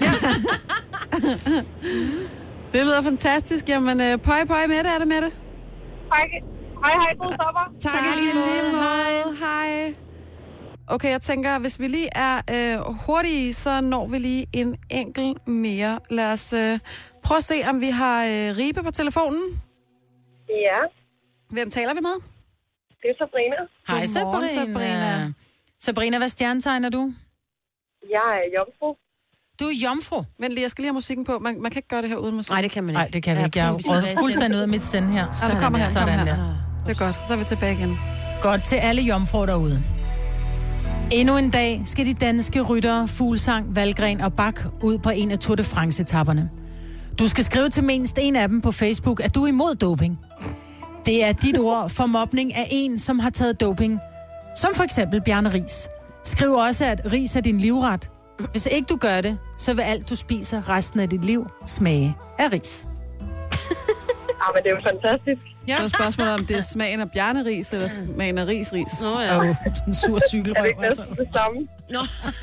Det lyder fantastisk. Jamen, pøj med det, er det med det?
Hej, god sommer.
Tak lige måde. Hej. Okay, jeg tænker, hvis vi lige er hurtige, så når vi lige en enkelt mere. Lad os prøve at se, om vi har Ribe på telefonen.
Ja.
Hvem taler vi med?
Det er Sabrina.
Hej Sabrina. Sabrina, hvad stjernetegn er du?
Jeg er jomfru.
Du er jomfru.
Vent lige, jeg skal lige have musikken på. Man kan ikke gøre det her uden musik.
Nej, det kan man ikke.
Nej, det kan vi ikke. Jeg er fuldstændig ud af mit send her.
Ja, du kommer her.
Sådan der.
Det er godt. Så er vi tilbage igen.
Godt til alle jomfruer derude. Endnu en dag skal de danske ryttere Fuglsang, Valgren og Bak ud på en af Tour de France-etapperne. Du skal skrive til mindst en af dem på Facebook, at du er imod doping. Det er dit ord for mobning af en, som har taget doping. Som for eksempel Bjarne Riis. Skriv også, at ris er din livret. Hvis ikke du gør det, så vil alt, du spiser resten af dit liv smage af ris.
Men det er jo fantastisk.
Ja. Det er spørgsmålet om det er smagen af bjerneris eller smagen af ris.
Ja. En sur cykelrøv.
Er det ikke næsten det samme?
Nå.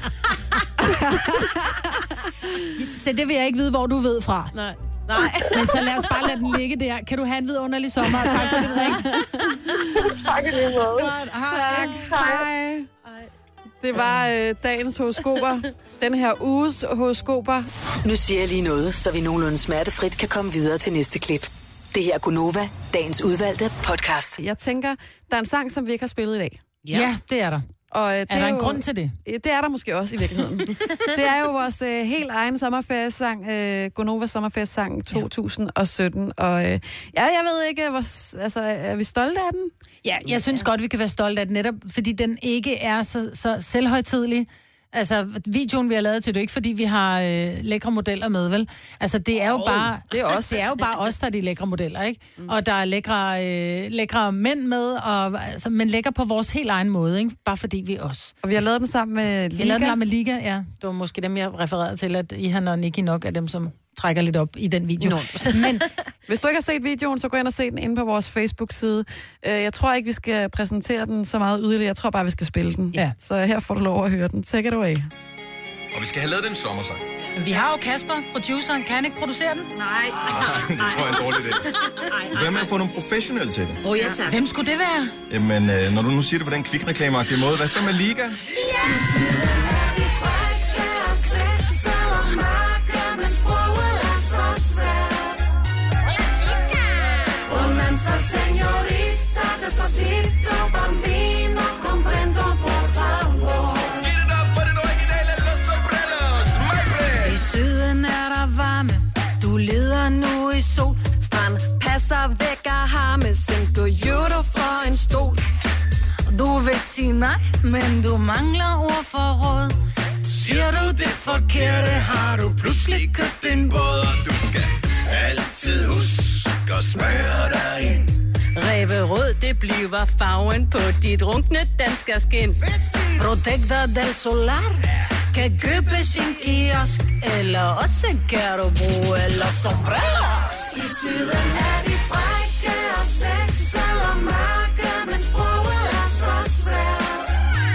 Så det vil jeg ikke vide, hvor du ved fra.
Nej.
Men så lad os bare lade den ligge der. Kan du have en vidunderlig sommer, og tak for det ring.
Tak lige måde.
Tak. Hej. Det var dagens horoskoper. Den her uges horoskoper.
Nu siger jeg lige noget, så vi nogenlunde smertefrit kan komme videre til næste klip. Det her er Gunova, dagens udvalgte podcast.
Jeg tænker, der er en sang, som vi ikke har spillet i dag.
Ja, det er der.
Og det
er der en grund til det?
Det er der måske også i virkeligheden. Det er jo vores helt egen sommerferiesang, Gonova sommerferiesang 2017. Og jeg ved ikke, er vi stolte af den?
Ja, jeg synes godt, vi kan være stolte af den netop, fordi den ikke er så selvhøjtidelig. Altså, videoen, vi har lavet til det, ikke fordi vi har lækre modeller med, vel? Altså, det er jo bare... Det er jo bare os, der er de lækre modeller, ikke? Og der er lækre mænd med, og, altså, men lækker på vores helt egen måde, ikke? Bare fordi vi er os.
Og vi har lavet den sammen med Liga.
Jeg lavede den sammen med Liga, ja. Det var måske dem, jeg refererede til, at Ihan og Nicky nok er dem, som trækker lidt op i den video. Men
hvis du ikke har set videoen, så gå ind og se den inde på vores Facebook-side. Jeg tror ikke, vi skal præsentere den så meget yderligere. Jeg tror bare, vi skal spille den.
Ja.
Så her får du lov at høre den. Take it away.
Og vi skal have lavet den sommersang.
vi har jo Kasper, produceren. Kan han ikke producere den?
Nej, det tror jeg er en dårlig idé. Hvad med at få nogle professionelle til det?
Ja, tak.
Hvem skulle det være?
Jamen, når du nu siger det på den kvikreklameagtige måde, hvad så med Liga?
I syden er der varme, du leder nu i sol. Strand passer væk af harme, sænk du judo for en stol. Du vil sige nej, men du mangler ord for råd.
Siger du det forkerte, har du pludselig købt en båd, og du skal altid huske at smøre dig ind.
Ræverød, det bliver farven på dit runkne danske skin.
Protector del solar, kan købes i en kiosk, eller også kan du bruge eller sombreros. I syden er de frække og sexede og mørke, men sproget er så svært.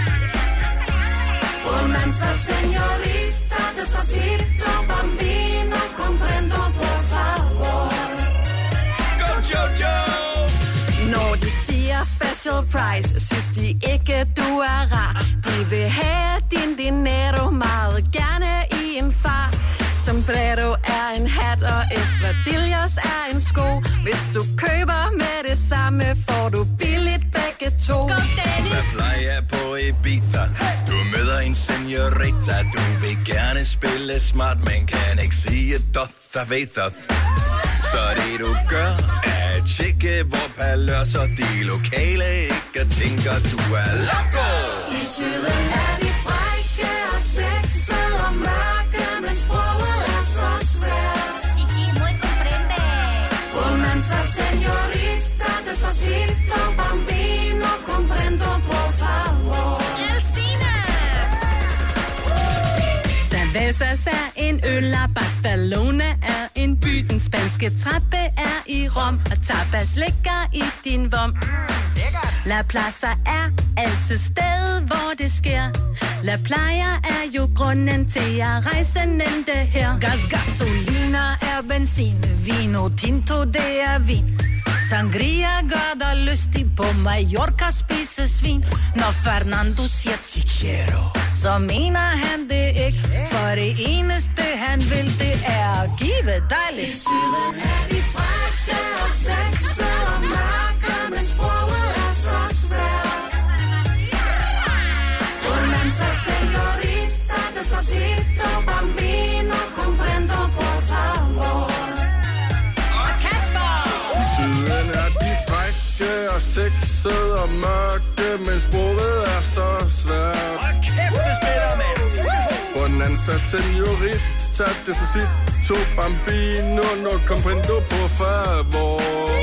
Bonanza, señorita, despacito, bambino, comprendo, por favor.
Go, Jojo!
Når de siger special price, synes de ikke, du er rar. De vil have din dinero meget gerne i en far. Sombrero er en hat, og espadrilles er en sko. Hvis du køber med det samme, får du billigt begge to.
Hvad plejer på Ibiza? Du møder en señorita. Du vil gerne spille smart, men kan ikke sige doth og vethos. Så det du gør, er at tjekke, hvor paløser de lokale ikke tænker, du er loco.
I syden er de frække og sexede og mørke, men sproget er så svært.
muy comprende.
Bonanza, señorita, despacito, bambino, comprendo, por favor.
El cine.
Cervezas er en øl, og Barcelona er en by. Den spanske trappe er i Rom, og tapas ligger i din vom. La Plaza er altid sted, hvor det sker. La Playa er jo grunden til at rejse nente her.
Gasolina er benzin, vino tinto det er vin. Sangria gør dig lystig på Mallorca spise svin. Når Fernando siger chiquero, så mener han det ikke. For det eneste han vil, det er at give dig lidt. I syden er de frække og sexede og mørke, men sproget er så svært. Bonanza, señorita, despacito, bambino, comprendo, por favor.
Syden er de frække og sexede og mørke, men sproget er så svært.
Hold kæft, det spiller, mand!
Bonanza, señorita, despacito, bambino, no comprendo, por favor.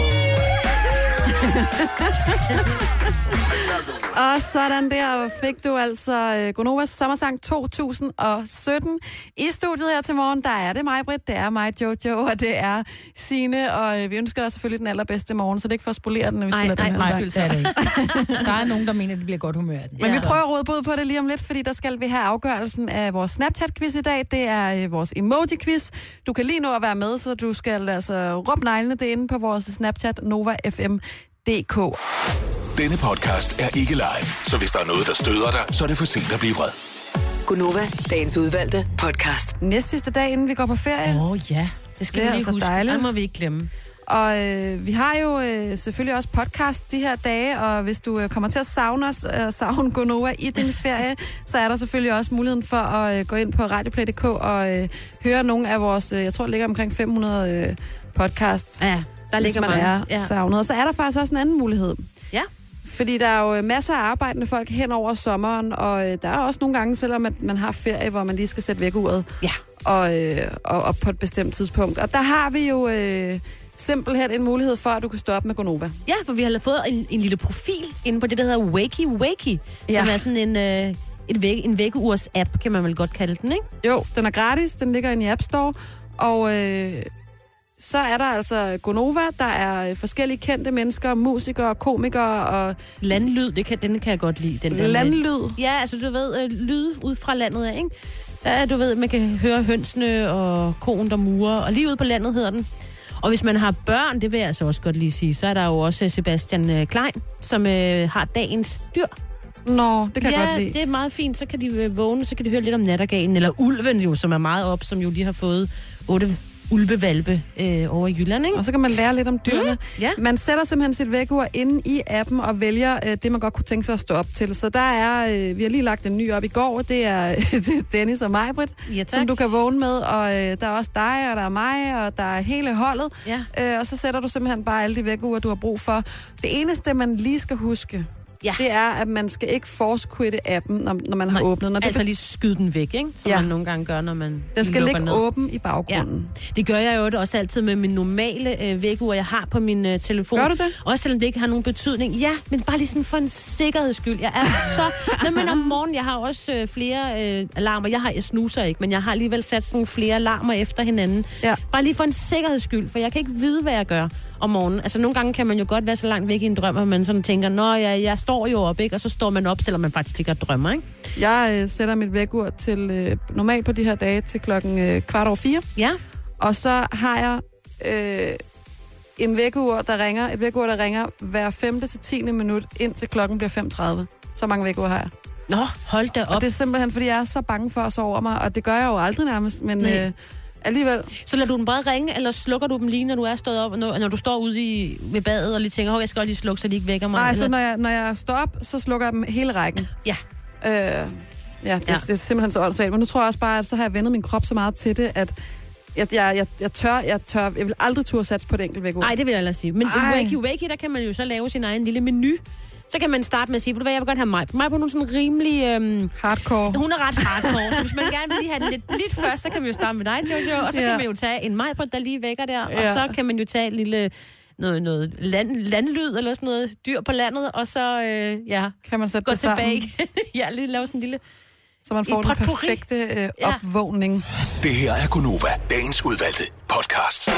Og sådan der fik du altså Gonovas Sommersang 2017. I studiet her til morgen, der er det mig, Britt, det er mig, Jojo, og det er Signe, og vi ønsker dig selvfølgelig den allerbedste morgen, så det er ikke for at spolere den, når vi spiller den her sang.
Det er det ikke. Der er nogen, der mener, at det bliver godt humør af den.
Men vi prøver at råde bod på det lige om lidt, fordi der skal vi have afgørelsen af vores Snapchat-quiz i dag. Det er vores emoji-quiz. Du kan lige nå at være med, så du skal altså råbe neglene det inde på vores Snapchat Nova FM.dk.
Denne podcast er ikke live, så hvis der er noget, der støder dig, så er det for sent at blive vred.
Gunova, dagens udvalgte podcast.
Næst sidste dag, inden vi går på ferie.
Ja, det skal vi lige
altså
huske.
dejligt.
Det må vi ikke glemme.
Og vi har jo selvfølgelig også podcast de her dage, og hvis du kommer til at savne os, savne Gonova i din ferie, så er der selvfølgelig også muligheden for at gå ind på radioplay.dk og høre nogle af vores, jeg tror, det ligger omkring 500 podcasts.
Ja, der ligger
man
mange.
er savnet. Og så er der faktisk også en anden mulighed.
Ja.
Fordi der er jo masser af arbejdende folk hen over sommeren, og der er også nogle gange, selvom at man har ferie, hvor man lige skal sætte vækkeuret.
Ja.
Og op på et bestemt tidspunkt. Og der har vi jo simpelthen en mulighed for, at du kan stå op med Gonova.
Ja, for vi har fået en lille profil inde på det, der hedder Wakey Wakey, som er sådan en vækkeurs-app, kan man vel godt kalde den, ikke?
Jo, den er gratis, den ligger inde i App Store, og så er der altså Gonova, der er forskellige kendte mennesker, musikere, komikere og...
Landlyd, den kan jeg godt lide. Den der
landlyd?
Ja, altså du ved, lyde ud fra landet af, ikke? Der, du ved, man kan høre hønsene og koen, der murer, og lige ude på landet hedder den. Og hvis man har børn, det vil jeg altså også godt lige sige, så er der jo også Sebastian Klein, som har dagens dyr.
Nå, det kan jeg godt lide.
Ja, det er meget fint. Så kan de vågne, så kan de høre lidt om nattergalen. Eller ulven jo, som er meget op, som jo lige har fået 8 ulvevalpe over i Jylland, ikke?
Og så kan man lære lidt om dyrene.
Ja.
Man sætter simpelthen sit vækkeur inde i appen og vælger det, man godt kunne tænke sig at stå op til. Så der er, vi har lige lagt en ny op i går, det er Dennis og mig, Britt, som du kan vågne med. Og der er også dig, og der er mig, og der er hele holdet.
Ja.
Og så sætter du simpelthen bare alle de vækkeuer, du har brug for. Det eneste, man lige skal huske, det er, at man skal ikke force-quitte appen, når man har åbnet. Når
altså lige skyde den væk, ikke? Som man nogle gange gør, når man
den skal ligge
ned.
Åben i baggrunden.
Ja. Det gør jeg jo også altid med min normale vækkeur, jeg har på min telefon.
Gør du det?
Også selvom det ikke har nogen betydning. Ja, men bare lige sådan for en sikkerheds skyld. Jeg er så... men om morgenen, jeg har også flere alarmer. Jeg snuser ikke, men jeg har alligevel sat sådan nogle flere alarmer efter hinanden. Ja. Bare lige for en sikkerheds skyld, for jeg kan ikke vide, hvad jeg gør om morgenen. Altså nogle gange kan man jo godt være så langt væk i en drøm, at man sådan tænker, nå, jeg står jo op, ikke? Og så står man op, selvom man faktisk ikke drømmer, ikke?
Jeg sætter mit vækkeur til normalt på de her dage til 3:15.
Ja.
Og så har jeg et vækkeur, der ringer hver 5. til 10. minut, indtil klokken bliver 5:30. Så mange vækkeur har jeg.
Nå, hold da op.
Og det er simpelthen, fordi jeg er så bange for at sove over mig, og det gør jeg jo aldrig nærmest, men alligevel.
Så lader du dem bare ringe, eller slukker du dem lige, når du er stået op, når du står ude ved badet og lige tænker, jeg skal godt lige slukke, så de ikke vækker mig?
Nej,
eller?
så når jeg står op, så slukker jeg dem hele rækken.
Ja.
Det er simpelthen så åndssvagt. Men nu tror jeg også bare, at så har jeg vendet min krop så meget til det, at jeg vil aldrig turde satse på et enkelt vækkeur.
Nej, det vil jeg ellers sige. Men i Wakey, der kan man jo så lave sin egen lille menu. Så kan man starte med at sige, ved du hvad, jeg vil godt have mig på nogle sådan rimelig...
hardcore.
Hun er ret hardcore, så hvis man gerne vil lige have det lidt først, så kan vi jo starte med dig, Jojo, og så kan man jo tage en Majbrit, der lige vækker der, og så kan man jo tage et lille... noget landlyd eller sådan noget, dyr på landet, og så
kan man sætte
gå
det
tilbage. Ja, lige lave sådan en lille...
Så man får den perfekte opvågning.
Det her er Gunova, dagens udvalgte podcast.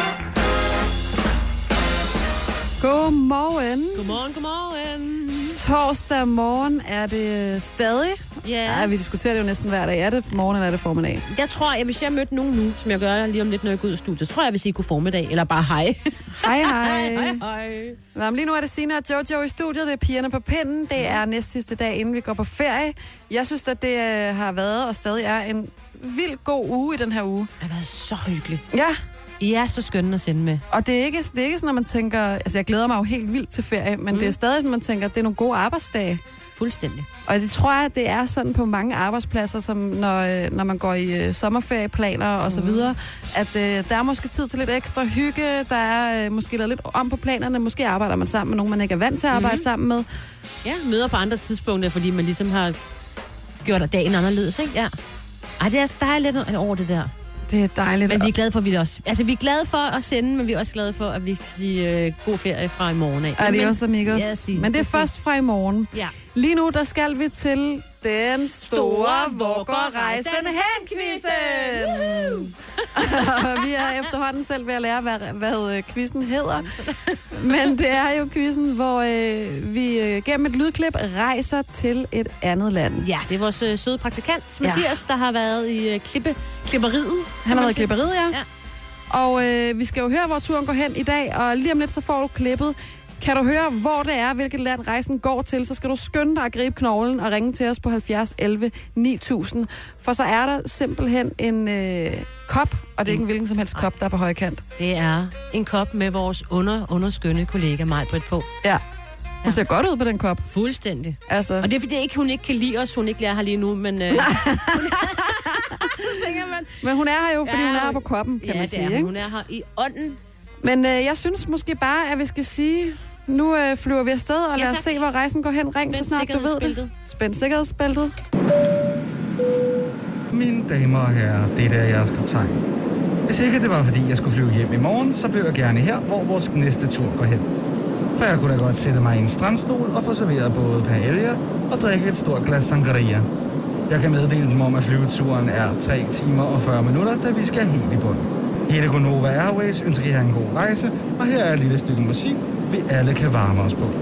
Godmorgen.
Godmorgen.
Torsdag morgen er det stadig.
Ja.
Vi diskuterer det jo næsten hver dag. Er det morgen, eller er det formiddag?
Jeg tror, hvis jeg mødte nogen nu, som jeg gør lige om lidt, når jeg går ud af studiet, så tror jeg vil sige god formiddag, eller bare hej.
Hej. Nå, lige nu er det Signe og Jojo i studiet. Det er pigerne på pinden. Det er næst sidste dag, inden vi går på ferie. Jeg synes, at det har været og stadig er en vildt god uge i den her uge.
Det har været så hyggeligt.
Ja.
I er så skønne at sende med.
Og det er ikke sådan, at man tænker... Altså, jeg glæder mig jo helt vildt til ferie, men det er stadig sådan, at man tænker, at det er nogle gode arbejdsdage.
Fuldstændig.
Og det tror jeg, det er sådan på mange arbejdspladser, som når man går i sommerferieplaner og så videre, at der er måske tid til lidt ekstra hygge, der er måske lavet lidt om på planerne, måske arbejder man sammen med nogen, man ikke er vant til at arbejde sammen med.
Ja, møder på andre tidspunkter, fordi man ligesom har gjort dagen anderledes, ikke? Ja. Ej, der er lidt over det der.
Det er dejligt.
Men vi er glade for, at vi også... Altså, vi er glade for at sende, men vi er også glade for, at vi kan sige god ferie fra i morgen af.
Adios, amigos. Men det er først fra i morgen.
Ja.
Lige nu, der skal vi til den store Hvor går rejsen hen-quizzen. Vi er efterhånden selv ved at lære, hvad quizzen hedder. Men det er jo quizzen, hvor vi gennem et lydklip rejser til et andet land.
Ja, det er vores søde praktikant, Mathias, der har været i klipperiet.
Han har været i klipperiet, ja. Og vi skal jo høre, hvor turen går hen i dag, og lige om lidt, så får du klippet. Kan du høre, hvor det er, hvilket land rejsen går til, så skal du skynde dig at gribe knoglen og ringe til os på 70 11 9000. For så er der simpelthen en kop, og det er ikke en hvilken som helst kop, der er på højkant.
Det er en kop med vores underskønne kollega Majbrit på.
Ja. Hun ser godt ud på den kop.
Fuldstændig.
Altså.
Og det er fordi, hun ikke kan lide os, hun ikke lærer her lige nu, men...
Men hun er her jo, fordi hun er her på koppen, kan man sige.
Ja,
ikke?
hun er her i ånden.
Men jeg synes måske bare, at vi skal sige, nu flyver vi afsted, og lad os se, hvor rejsen går hen. Ring så snart du ved det. Spænd sikkerhedsbæltet.
Mine damer og herrer, det er jeres kaptajn. Hvis ikke det var, fordi jeg skulle flyve hjem i morgen, så blev jeg gerne her, hvor vores næste tur går hen. For jeg kunne da godt sætte mig i en strandstol og få serveret både paella og drikke et stort glas sangria. Jeg kan meddele dem om, at flyveturen er 3 timer og 40 minutter, da vi skal helt i bund. Hele Gonova Airways ønsker jer en god rejse, og her er et lille stykke musik, vi alle kan varme os på.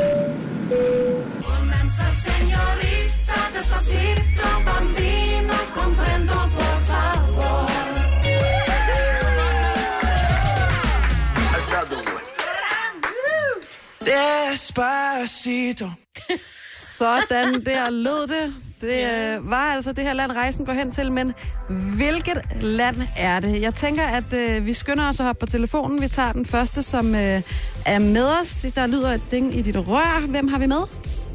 Despacito.
Sådan der lød det. Det var altså det her land, rejsen går hen til, men hvilket land er det? Jeg tænker, at vi skynder os at hoppe på telefonen. Vi tager den første, som er med os. Der lyder et ding i dit rør. Hvem har vi med?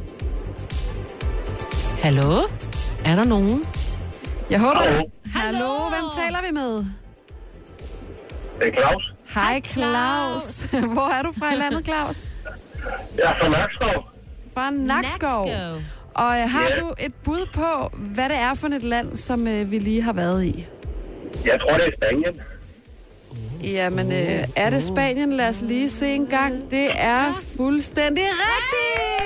Hallo? Er der nogen?
Jeg håber. Hallo, hvem taler vi med?
Det er Claus.
Hej Claus. Hvor er du fra i landet, Claus?
Jeg er fra Nakskov.
Fra Nakskov. Og har du et bud på, hvad det er for et land, som vi lige har været i?
Jeg tror, det er Spanien.
Jamen, er det Spanien? Lad os lige se en gang. Det er fuldstændig rigtigt!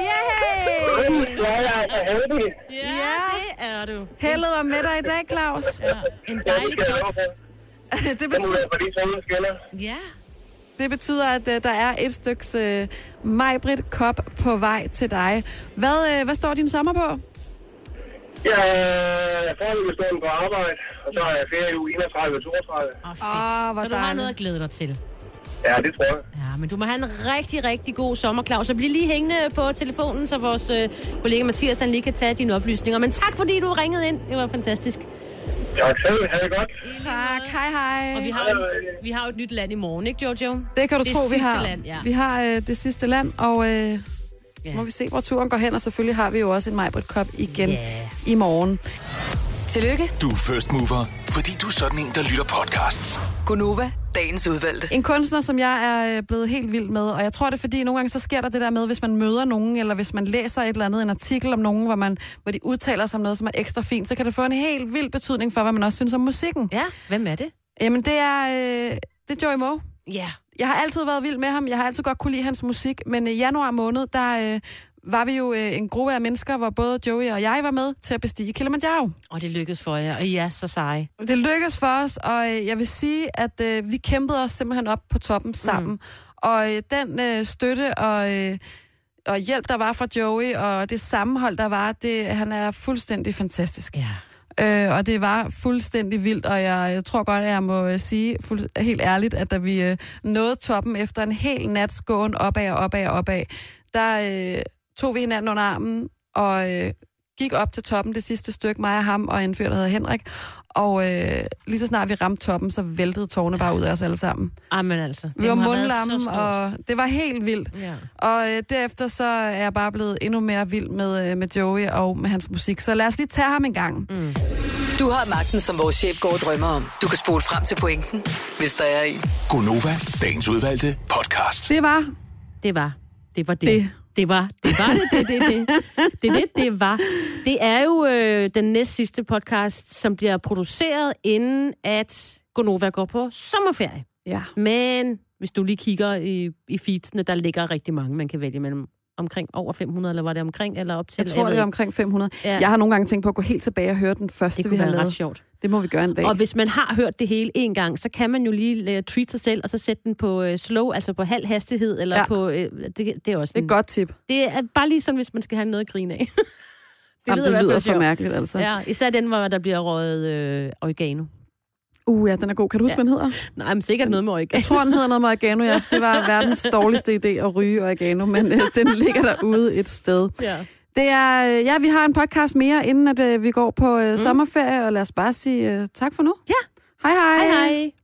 Ja, jeg er så heldig.
Ja, det er du.
Heldet var med dig i dag, Claus.
Ja, en dejlig kop.
Det betyder...
Ja.
Det betyder, at der er et styks Majbrit kop på vej til dig. Hvad står din sommer på?
Jeg får jo stående på arbejde, og så er jeg ferie uge 31 og 32.
Så du har noget at glæde dig til.
Ja, det tror jeg.
Ja, men du må have en rigtig, rigtig god sommer, Claus. Så bliv lige hængende på telefonen, så vores kollega Mathias han lige kan tage dine oplysninger. Men tak, fordi du ringede ind. Det var fantastisk.
Tak selv. Ha' det godt.
Tak. Hej.
Og vi har jo et nyt land i morgen, ikke, Jojo?
Det kan du tro, vi har.
Land, ja.
Vi har det sidste land, og så må vi se, hvor turen går hen. Og selvfølgelig har vi jo også en Majbrit Cup igen i morgen.
Tillykke.
Du er first mover, fordi du er sådan en, der lytter podcasts.
Gunova, dagens udvalgte.
En kunstner, som jeg er blevet helt vild med, og jeg tror det er, fordi nogle gange så sker der det der med, hvis man møder nogen, eller hvis man læser et eller andet, en artikel om nogen, hvor de udtaler sig om noget, som er ekstra fint, så kan det få en helt vild betydning for, hvad man også synes om musikken.
Ja, hvem er det?
Jamen, det er Joey Moe.
Ja.
Jeg har altid været vild med ham. Jeg har altid godt kunne lide hans musik, men i januar måned, der var vi jo en gruppe af mennesker, hvor både Joey og jeg var med til at bestige Kilimanjaro.
Og det lykkedes for jer, og I er så seje.
Det lykkedes for os, og jeg vil sige, at vi kæmpede os simpelthen op på toppen sammen. Og den støtte og hjælp, der var fra Joey, og det sammenhold, der var, han er fuldstændig fantastisk.
Ja.
Og det var fuldstændig vildt, og jeg tror godt, at jeg må sige helt ærligt, at da vi nåede toppen efter en hel nats gåen opad, der tog vi hinanden under armen og gik op til toppen det sidste stykke, mig og ham og en fyr, der hedder Henrik. Og lige så snart vi ramte toppen, så væltede tårne bare ud af os alle sammen.
Amen altså.
Vi var mundlamme, og det var helt vildt.
Ja.
Og derefter så er jeg bare blevet endnu mere vild med Joey og med hans musik. Så lad os lige tage ham en gang.
Du har magten, som vores chef går og drømmer om. Du kan spole frem til pointen, hvis der er en.
Gunova, dagens udvalgte podcast.
Det var det.
Det var. Det er jo den næst sidste podcast, som bliver produceret, inden at Gunova går på sommerferie.
Ja.
Men hvis du lige kigger i feedsene, der ligger rigtig mange, man kan vælge mellem. Omkring over 500, eller var det omkring, eller op til?
Jeg tror, det er omkring 500. Ja. Jeg har nogle gange tænkt på at gå helt tilbage og høre den første, vi har lavet. Det kunne være ret sjovt. Det må vi gøre en dag.
Og hvis man har hørt det hele en gang, så kan man jo lige treat sig selv, og så sætte den på slow, altså på halv hastighed, eller på... Det er også
et godt tip.
Det er bare lige sådan, hvis man skal have noget at grine af.
det lyder for mærkeligt, altså.
Ja, især den, hvor der bliver røget oregano.
Ja, den er god. Kan du huske, hvad den hedder?
Nej, men sikkert noget med oregano.
Jeg tror, den hedder noget med oregano, ja. Det var verdens dårligste idé at ryge oregano, men den ligger derude et sted.
Ja.
Det er, vi har en podcast mere, inden at vi går på sommerferie, og lad os bare sige tak for nu.
Ja.
Hej hej.
Hej hej.